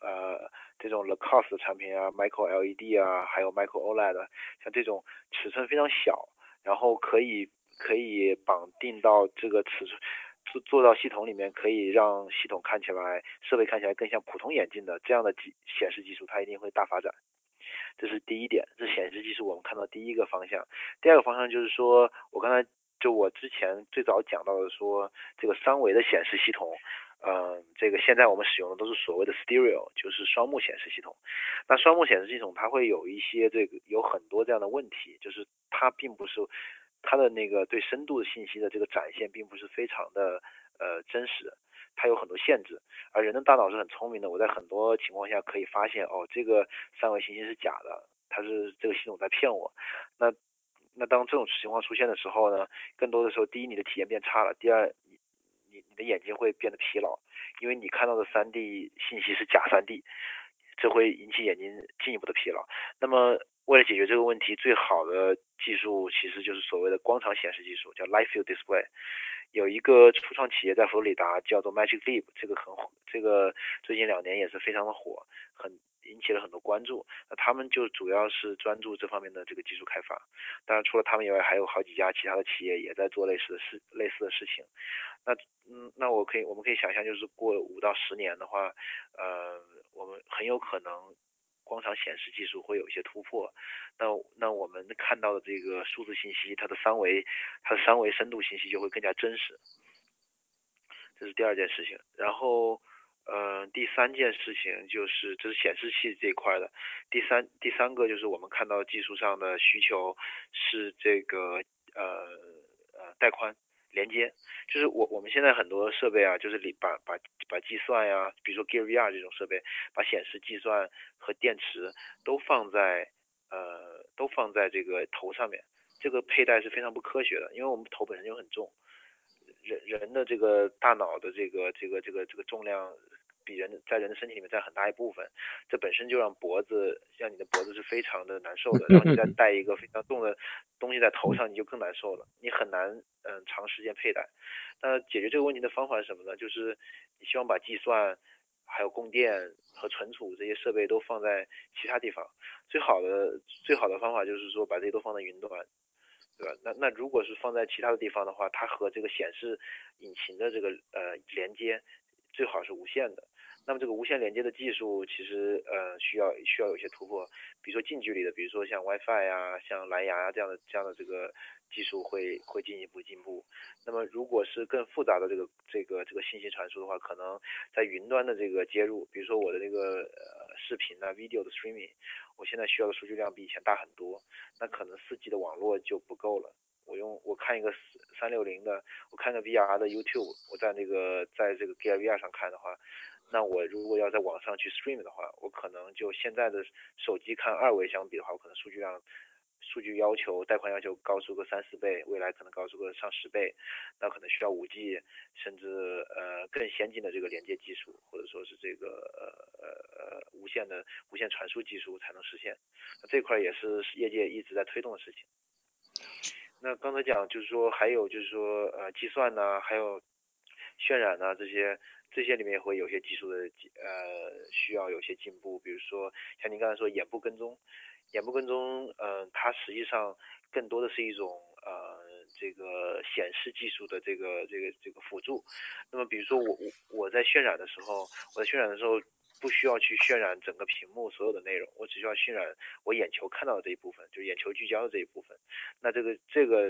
D: Lacoste 的产品啊 ，micro LED 啊，还有 micro OLED， 像这种尺寸非常小，然后可以绑定到这个尺寸。做到系统里面，可以让系统设备看起来更像普通眼镜的这样的显示技术，它一定会大发展。这是第一点，这是显示技术我们看到第一个方向。第二个方向就是说，我之前最早讲到的说，这个三维的显示系统，这个现在我们使用的都是所谓的 stereo， 就是双目显示系统。那双目显示系统它会有一些有很多这样的问题，就是它并不是它的那个对深度的信息的这个展现并不是非常的真实，它有很多限制。而人的大脑是很聪明的，我在很多情况下可以发现，这个三维信息是假的，它是这个系统在骗我。那当这种情况出现的时候呢，更多的时候，第一你的体验变差了，第二你的眼睛会变得疲劳，因为你看到的 3D 信息是假 3D， 这会引起眼睛进一步的疲劳。那么为了解决这个问题，最好的技术其实就是所谓的光场显示技术，叫 Live Field Display。有一个初创企业在佛罗里达叫做 Magic Leap， 这个最近2年也是非常的火，引起了很多关注。那他们就主要是专注这方面的这个技术开发。当然除了他们以外，还有好几家其他的企业也在做类似的事情。那我们可以想象，就是过5到10年的话，我们很有可能光场显示技术会有一些突破。那我们看到的这个数字信息，它的三维深度信息就会更加真实。这是第二件事情。然后第三件事情就是这是显示器这一块的。第三个就是我们看到技术上的需求是这个带宽连接，就是我们现在很多设备啊，就是把计算呀，比如说 Gear VR 这种设备，把显示计算和电池都放在这个头上面，这个佩戴是非常不科学的，因为我们头本身就很重，人的这个大脑的这个重量比在人的身体里面占很大一部分，这本身就让你的脖子是非常的难受的，然后你再带一个非常重的东西在头上，你就更难受了，你很难长时间佩戴。那解决这个问题的方法是什么呢？就是你希望把计算还有供电和存储这些设备都放在其他地方，最好的方法就是说把这些都放在云端，对吧？那如果是放在其他的地方的话，它和这个显示引擎的这个连接最好是无线的。那么这个无线连接的技术其实需要有些突破，比如说近距离的，比如说像 WiFi 啊，像蓝牙啊这样的这个技术会进一步进步。那么如果是更复杂的这个信息传输的话，可能在云端的这个接入，比如说我的这个视频啊 video 的 streaming， 我现在需要的数据量比以前大很多，那可能4G 的网络就不够了。我看一个360的，我看个 VR 的 YouTube， 我在这个 Gear VR 上看的话，那我如果要在网上去 stream 的话，我可能就现在的手机看2维相比的话，我可能数据要求带宽要求高出个3-4倍，未来可能高出个上10倍，那可能需要5G 甚至更先进的这个连接技术，或者说是这个无线传输技术才能实现。那这块也是业界一直在推动的事情。那刚才讲就是说还有就是说计算呢，还有渲染呢，这些里面也会有些技术的需要有些进步，比如说像您刚才说眼部跟踪，它实际上更多的是一种这个显示技术的这个辅助。那么比如说我在渲染的时候不需要去渲染整个屏幕所有的内容，我只需要渲染我眼球看到的这一部分，就是眼球聚焦的这一部分。那这个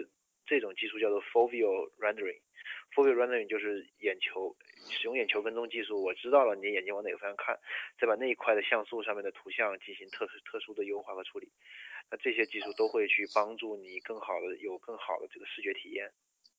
D: 这种技术叫做 Foveal Rendering。Foveal Rendering 就是使用眼球跟踪技术，我知道了你的眼睛往哪个方向看，再把那一块的像素上面的图像进行特殊的优化和处理。那这些技术都会去帮助你有更好的这个视觉体验。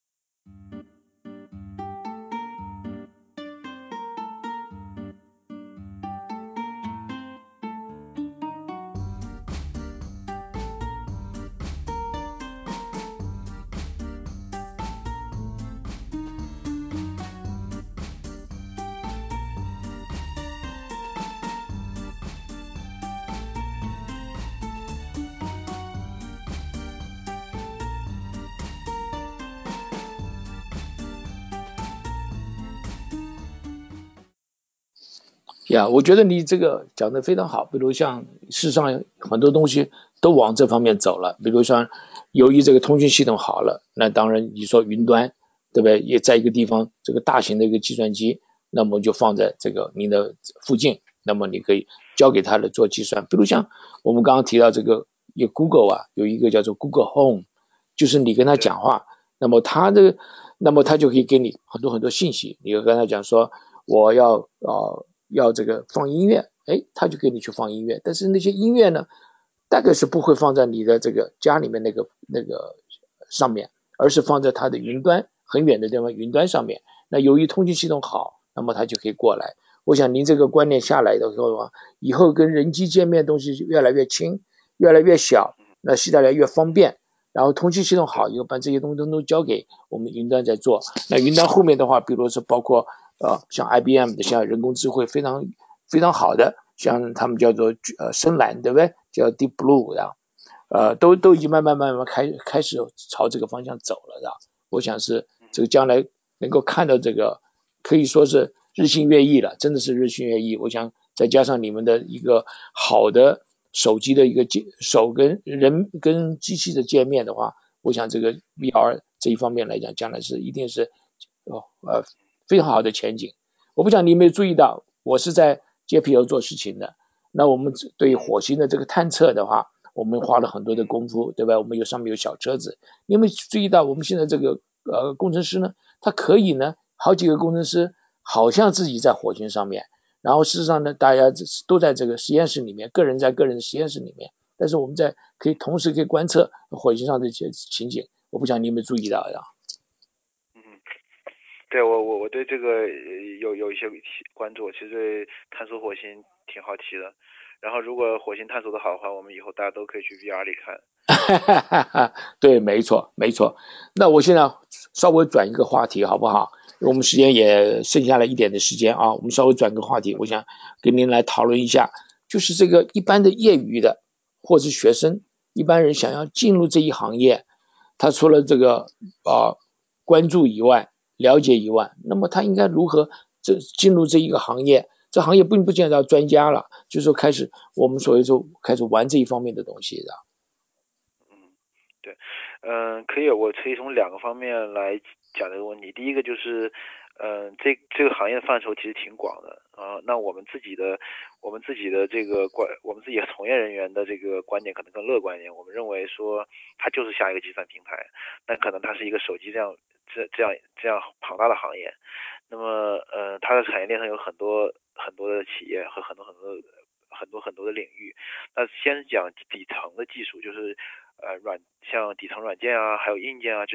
C: 我觉得你这个讲得非常好，比如像事实上很多东西都往这方面走了，比如像由于这个通讯系统好了，那当然你说云端，对不对？也在一个地方，这个大型的一个计算机，那么就放在这个您的附近，那么你可以交给他来做计算。比如像我们刚刚提到这个有 Google 有一个叫做 Google Home， 就是你跟他讲话，那么他就可以给你很多信息，你就跟他讲说我要这个放音乐，他就给你去放音乐，但是那些音乐呢，大概是不会放在你的这个家里面那个上面，而是放在他的云端很远的地方云端上面。那由于通讯系统好，那么他就可以过来。我想您这个观念下来的时候，以后跟人机见面的东西越来越轻，越来越小，那越来越方便。然后通讯系统好以后，把这些东西都交给我们云端在做。那云端后面的话，比如说包括像 IBM 的，像人工智慧非常非常好的，像他们叫做深蓝，对不对？叫 Deep Blue 都已经慢慢开始朝这个方向走了的。我想是这个将来能够看到这个，可以说是日新月异了，真的是日新月异。我想再加上你们的一个好的手机的一个手跟人跟机器的界面的话，我想这个 VR 这一方面来讲，将来一定是非常好的前景。我不知道你有没有注意到，我是在 JPL 做事情的。那我们对火星的这个探测的话，我们花了很多的功夫，对吧？我们上面有小车子。你有没有注意到，我们现在这个工程师呢，他可以呢，好几个工程师好像自己在火星上面，然后事实上呢，大家都在这个实验室里面，个人在个人的实验室里面，但是我们同时可以观测火星上的一些情景。我不晓得你有没有注意到呀？
D: 对，我对这个有一些关注，其实对探索火星挺好奇的。然后如果火星探索的好的话，我们以后大家都可以去 VR 里看。
C: 对，没错。那我现在稍微转一个话题好不好？我们时间也剩下了一点的时间我们稍微转个话题，我想跟您来讨论一下，就是这个一般的业余的或是学生，一般人想要进入这一行业，他除了这个关注以外，了解以外，那么他应该如何进入这一个行业？这行业并不见得要专家了，就是说我们所谓说开始玩这一方面的东西的。
D: 对，我可以从2个方面来讲这个问题。第一个就是，这个行业的范畴其实挺广的那我们自己的从业人员的这个观点可能更乐观一点，我们认为说它就是下一个计算平台，那可能它是一个手机这样庞大的行业。那么它的产业链上有很多的企业和很多的领域。那先讲底层的技术，就是像底层软件还有硬件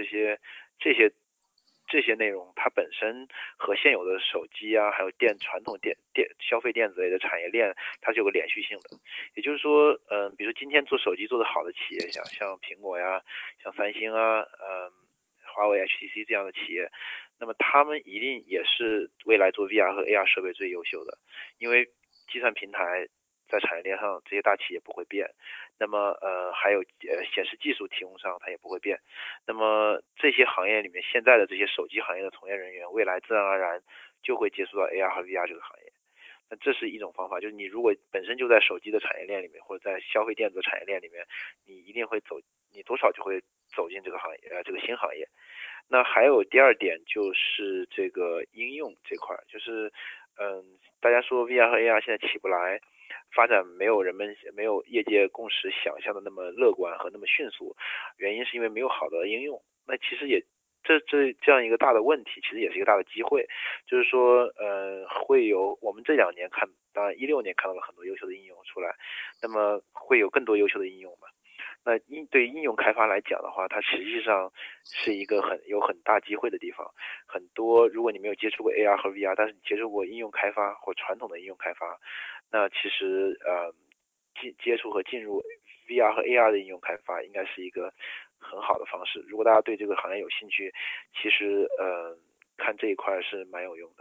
D: 这些内容，它本身和现有的手机还有传统消费电子类的产业链，它是有个连续性的。也就是说，比如说今天做手机做得好的企业，像苹果像三星华为、HTC 这样的企业，那么他们一定也是未来做 VR 和 AR 设备最优秀的，因为计算平台在产业链上这些大企业不会变，那么还有显示技术提供商它也不会变，那么这些行业里面现在的这些手机行业的从业人员，未来自然而然就会接触到 AR 和 VR 这个行业。那这是一种方法，就是你如果本身就在手机的产业链里面，或者在消费电子产业链里面，你多少就会走进这个行业这个新行业。那还有第二点就是这个应用这块，就是大家说 VR 和 AR 现在起不来，发展没有业界共识想象的那么乐观和那么迅速，原因是因为没有好的应用， 那其实也这样一个大的问题，其实也是一个大的机会，就是说会有我们这2年看，当然2016年看到了很多优秀的应用出来，那么会有更多优秀的应用嘛。那对应用开发来讲的话，它实际上是一个有很大机会的地方。很多如果你没有接触过 AR 和 VR， 但是你接触过应用开发或传统的应用开发，那其实接触和进入 VR 和 AR 的应用开发应该是一个很好的方式。如果大家对这个行业有兴趣，其实看这一块是蛮有用的。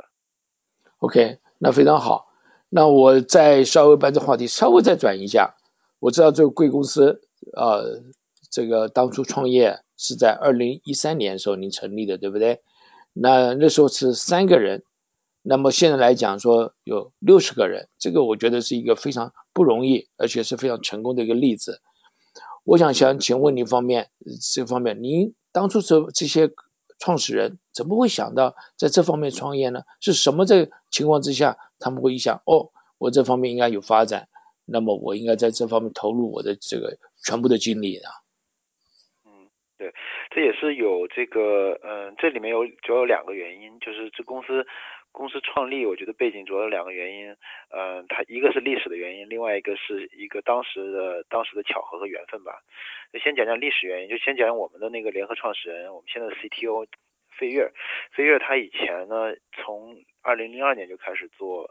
C: OK， 那非常好。那我再稍微把这话题稍微再转一下。我知道这个贵公司这个当初创业是在2013年的时候您成立的，对不对？那时候是3个人，那么现在来讲说有60个人，这个我觉得是一个非常不容易而且是非常成功的一个例子。我想请问您这方面您当初这些创始人怎么会想到在这方面创业呢？是什么这情况之下他们会一想我这方面应该有发展，那么我应该在这方面投入我的这个全部的精力呢？
D: 对，这也是有这个这里面主要有2个原因，就是这公司创立，我觉得背景主要有2个原因，它一个是历史的原因，另外一个是一个当时的巧合和缘分吧。就先讲讲历史原因，就先讲讲我们的那个联合创始人，我们现在的 CTO 费月他以前呢从2002年就开始做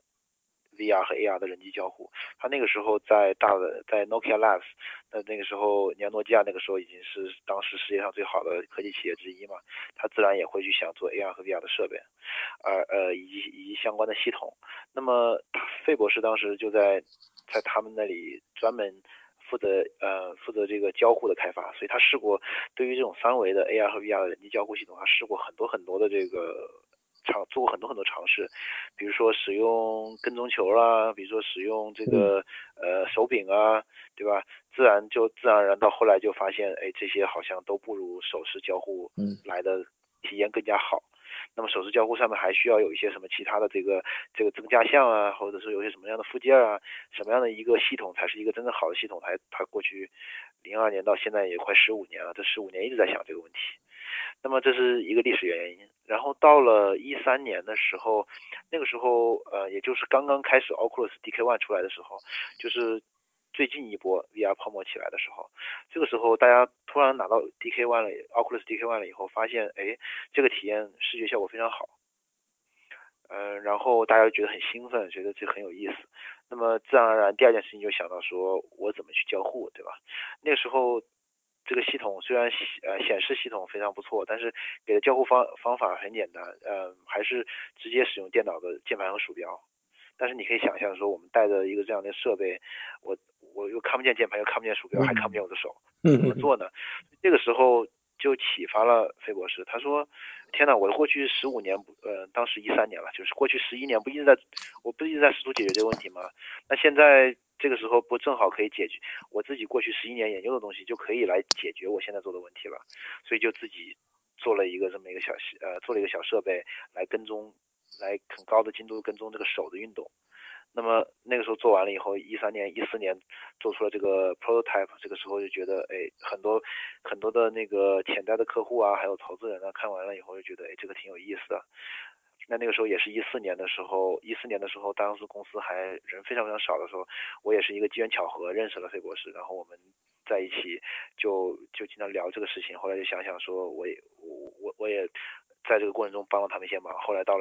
D: VR 和 AR 的人机交互，他那个时候在Nokia Labs， 那个时候你看诺基亚那个时候已经是当时世界上最好的科技企业之一嘛，他自然也会去想做 AR 和 VR 的设备，以及相关的系统。那么费博士当时就在他们那里专门负责这个交互的开发，所以他试过对于这种3维的 AR 和 VR 的人机交互系统，他试过很多的这个做过很多尝试，比如说使用跟踪球啦，比如说使用这个手柄啊，对吧？自然而然到后来就发现，这些好像都不如手势交互来的体验更加好。那么手势交互上面还需要有一些什么其他的这个增加项啊，或者是有些什么样的附件啊，什么样的一个系统才是一个真正好的系统？它过去02年到现在也快15年了，这15年一直在想这个问题。那么这是一个历史原因，然后到了13年的时候，那个时候也就是刚刚开始 Oculus DK1 出来的时候，就是最近一波 VR 泡沫起来的时候，这个时候大家突然拿到 DK1 了 ，Oculus DK1 了以后，发现这个体验视觉效果非常好，然后大家就觉得很兴奋，觉得这很有意思。那么自然而然，第2件事情就想到说，我怎么去交互，对吧？那个时候这个系统虽然显示系统非常不错，但是给的交互方法很简单，还是直接使用电脑的键盘和鼠标。但是你可以想象说，我们带着一个这样的设备，我又看不见键盘，又看不见鼠标，还看不见我的手，怎么做呢？这个时候就启发了费博士，他说：“天哪，我过去15年，当时13年了，就是过去11年我不一直在试图解决这个问题吗？那现在这个时候不正好可以解决我自己过去11年研究的东西，就可以来解决我现在做的问题了，所以就自己做了一个这么一个小设备来来很高的精度跟踪这个手的运动。那么那个时候做完了以后，13年、14年做出了这个 prototype， 这个时候就觉得，很多的那个潜在的客户啊，还有投资人啊，看完了以后就觉得，这个挺有意思的。那个时候也是14年的时候，当时公司还人非常非常少的时候，我也是一个机缘巧合认识了费博士，然后我们在一起就经常聊这个事情。后来就想说，我也在这个过程中帮了他们一些忙。后来到了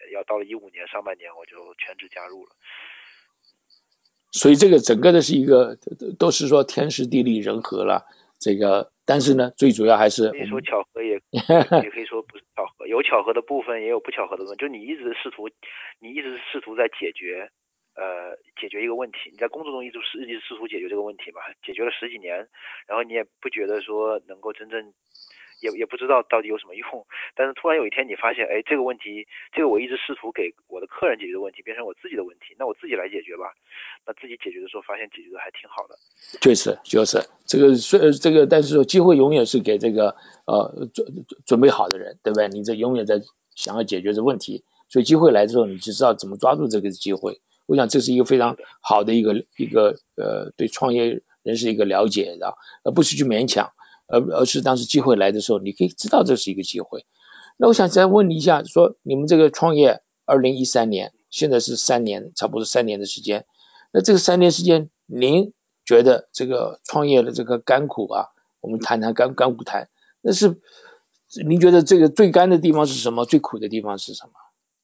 D: 15年上半年，我就全职加入了。
C: 所以这个整个的是一个都是说天时地利人和了，这个但是呢，最主要还是
D: 可以说巧合也可以说不是巧合，有巧合的部分，也有不巧合的部分。就你一直试图在解决一个问题，你在工作中一直试图解决这个问题嘛，解决了10几年，然后你也不觉得说能够真正。也不知道到底有什么用，但是突然有一天你发现，这个问题，这个我一直试图给我的客人解决的问题，变成我自己的问题，那我自己来解决吧。那自己解决的时候，发现解决的还挺好的。
C: 就是这个，但是说机会永远是给这个准备好的人，对不对？你这永远在想要解决这问题，所以机会来之后，你就知道怎么抓住这个机会。我想这是一个非常好的一个对创业人士一个了解的，而不是去勉强。 而是当时机会来的时候，你可以知道这是一个机会。那我想再问你一下，说你们这个创业2013年，现在是3年，差不多3年的时间。那这个3年时间，您觉得这个创业的这个甘苦啊，我们谈谈甘苦谈，那是您觉得这个最甘的地方是什么？最苦的地方是什么？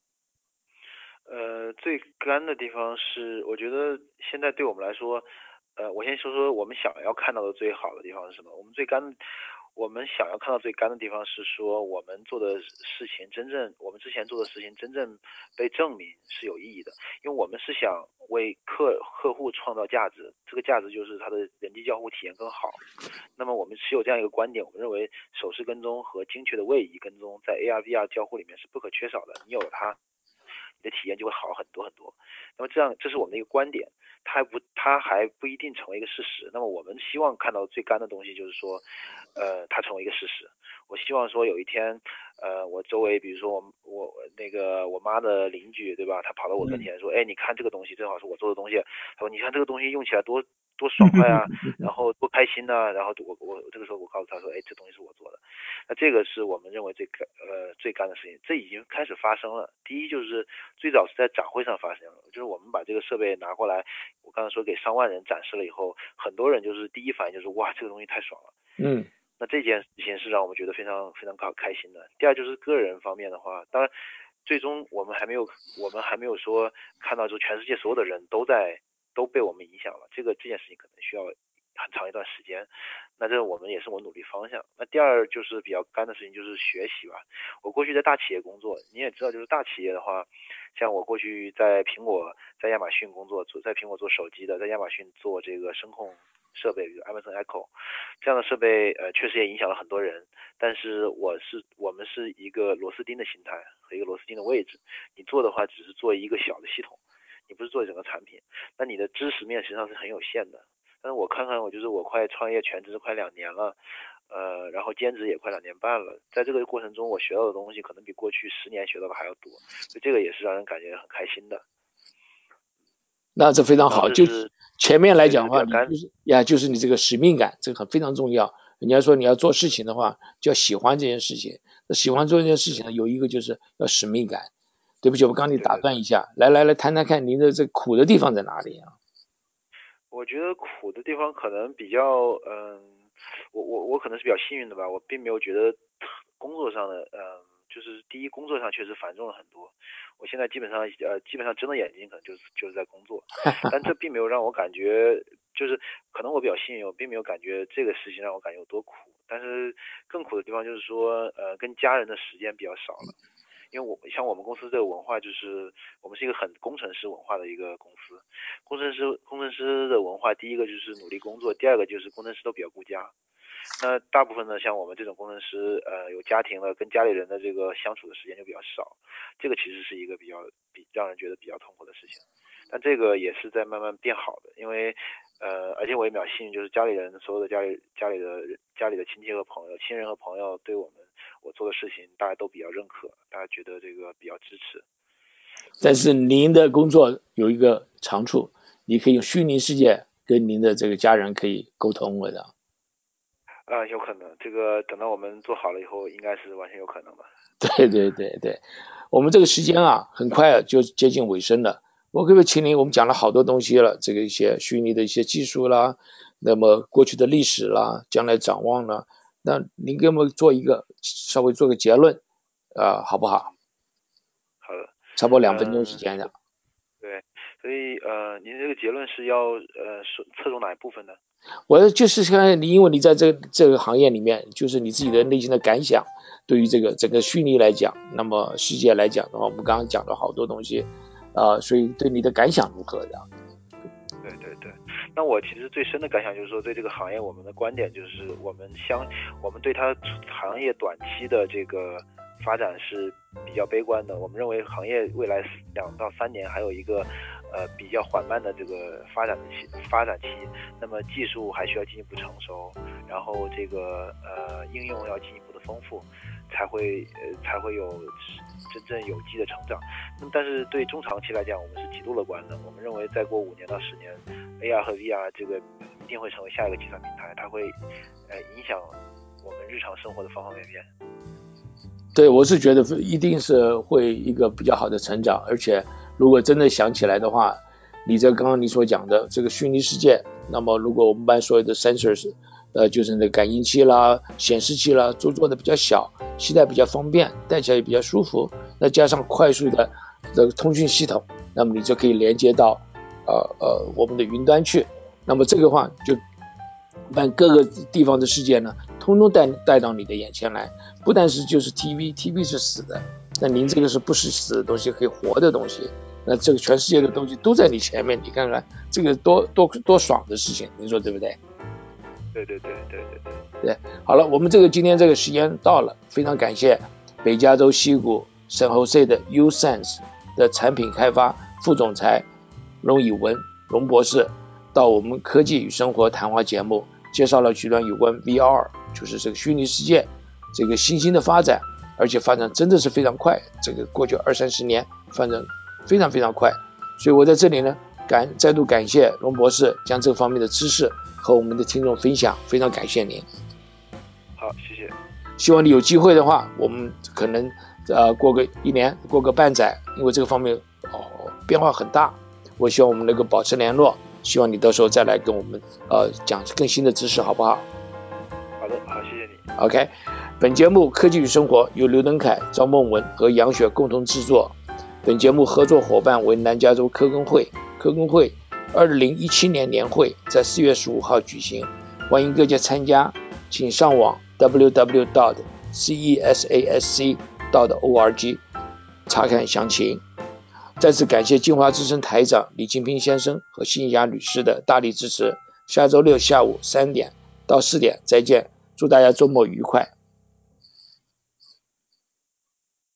D: 最干的地方是，我觉得现在对我们来说，我先说说我们想要看到的最好的地方是什么。我们想要看到最干的地方是说，我们做的事情我们之前做的事情真正被证明是有意义的，因为我们是想为客户创造价值，这个价值就是他的人机交互体验更好。那么我们持有这样一个观点，我们认为手势跟踪和精确的位移跟踪在 AR、VR 交互里面是不可缺少的，你有了它，你的体验就会好很多很多。那么这是我们的一个观点，它还不一定成为一个事实。那么我们希望看到最干的东西就是说，它成为一个事实。我希望说有一天，我周围比如说我妈的邻居，对吧？他跑到我跟前说，哎，你看这个东西正好是我做的东西。他说你看这个东西用起来多爽快啊，然后多开心啊。然后我这个时候我告诉他说，哎，这东西是我做的。那这个是我们认为最干的事情，这已经开始发生了。第一就是最早是在展会上发生了，就是我们把这个设备拿过来，我刚才说给上万人展示了以后，很多人就是第一反应就是哇，这个东西太爽了。那这件事情是让我们觉得非常非常开心的。第二就是个人方面的话，当然最终我们还没有说看到就全世界所有的人都被我们影响了，这件事情可能需要很长一段时间。那这我们也是我努力方向。那第二就是比较干的事情就是学习吧。我过去在大企业工作，你也知道，就是大企业的话，像我过去在苹果、在亚马逊工作，在苹果做手机的，在亚马逊做这个声控设备，比如 Amazon Echo 这样的设备，确实也影响了很多人。但是我们是一个螺丝钉的心态和一个螺丝钉的位置，你做的话只是做一个小的系统，你不是做整个产品，那你的知识面实际上是很有限的。但是我看看，我快创业全职快2年了，然后兼职也快2年半了，在这个过程中我学到的东西可能比过去10年学到的还要多，所以这个也是让人感觉很开心的。
C: 那这非常好，就是前面来讲的话，就是你这个使命感，这个非常重要。人家说你要做事情的话，就要喜欢这件事情。那喜欢做这件事情呢，有一个就是要使命感。对不起，我刚你打断一下，来谈谈看您的这苦的地方在哪里啊？
D: 我觉得苦的地方可能比较，我可能是比较幸运的吧，我并没有觉得工作上的，就是第一工作上确实繁重了很多，我现在基本上睁着眼睛可能就是在工作，但这并没有让我感觉，就是可能我比较幸运，我并没有感觉这个事情让我感觉有多苦，但是更苦的地方就是说，跟家人的时间比较少了。因为像我们公司这个文化，就是我们是一个很工程师文化的一个公司。工程师的文化，第一个就是努力工作，第二个就是工程师都比较顾家。那大部分呢，像我们这种工程师，有家庭了，跟家里人的这个相处的时间就比较少。这个其实是一个让人觉得比较痛苦的事情。但这个也是在慢慢变好的，因为而且我也比较幸运，就是家里人所有的家里的亲人和朋友对我做的事情，大家都比较认可，大家觉得这个比较支持。
C: 但是您的工作有一个长处，你可以用虚拟世界跟您的这个家人可以沟通的。
D: 有可能，这个等到我们做好了以后，应该是完全有可能的。
C: 对，我们这个时间啊，很快就接近尾声了。我可不可以请您，我们讲了好多东西了，这个一些虚拟的一些技术啦，那么过去的历史啦，将来展望啦，那您给我们稍微做个结论，好不好？
D: 好的，
C: 差不多2分钟时间的。
D: 对，所以您这个结论是要侧重哪一部分呢？
C: 我就是看你，因为你在这个行业里面，就是你自己的内心的感想，对于这个整个虚拟来讲，那么世界来讲的话，我们刚刚讲了好多东西，所以对你的感想如何的？
D: 对，那我其实最深的感想就是说，对这个行业我们的观点就是我们对它行业短期的这个发展是比较悲观的。我们认为行业未来2到3年还有一个比较缓慢的这个发展期，那么技术还需要进一步成熟，然后这个应用要进一步的丰富，才会有真正有机的成长。那么但是对中长期来讲，我们是极度乐观的。我们认为再过5年到10年，AR 和 VR 这个一定会成为下一个计算平台，它会影响我们日常生活的方方面面。
C: 对，我是觉得一定是会一个比较好的成长，而且如果真的想起来的话，你这刚刚你所讲的这个虚拟世界，那么如果我们把所有的 sensors，就是那感应器啦、显示器啦，都做的比较小，携带比较方便，带起来也比较舒服，那加上快速的这个通讯系统，那么你就可以连接到我们的云端去，那么这个话就把各个地方的世界呢，通通带到你的眼前来，不但是就是 TV 是死的，那您这个是不是死的东西，可以活的东西，那这个全世界的东西都在你前面，你看看这个多爽的事情，您说对不对？对，好了，我们今天这个时间到了，非常感谢北加州西谷圣侯塞的 U-Sense 的产品开发副总裁龙以文龙博士到我们科技与生活谈话节目，介绍了许多有关 VR， 就是这个虚拟世界这个新兴的发展，而且发展真的是非常快，这个过去20-30年发展非常非常快，所以我在这里呢再度感谢龙博士将这方面的知识和我们的听众分享，非常感谢您。
D: 好，谢谢。
C: 希望你有机会的话，我们可能过个1年，过个半载，因为这个方面变化很大，我希望我们能够保持联络，希望你到时候再来跟我们讲更新的知识，好不好？
D: 好的，好，谢谢你。
C: OK， 本节目科技与生活由刘登凯、赵梦文和杨雪共同制作，本节目合作伙伴为南加州科工会。科工会2017年年会在4月15号举行，欢迎各界参加，请上网 www.cesasc.org 查看详情。再次感谢金华之声台长李金平先生和辛雅女士的大力支持。下周六下午3点到4点再见，祝大家周末愉快。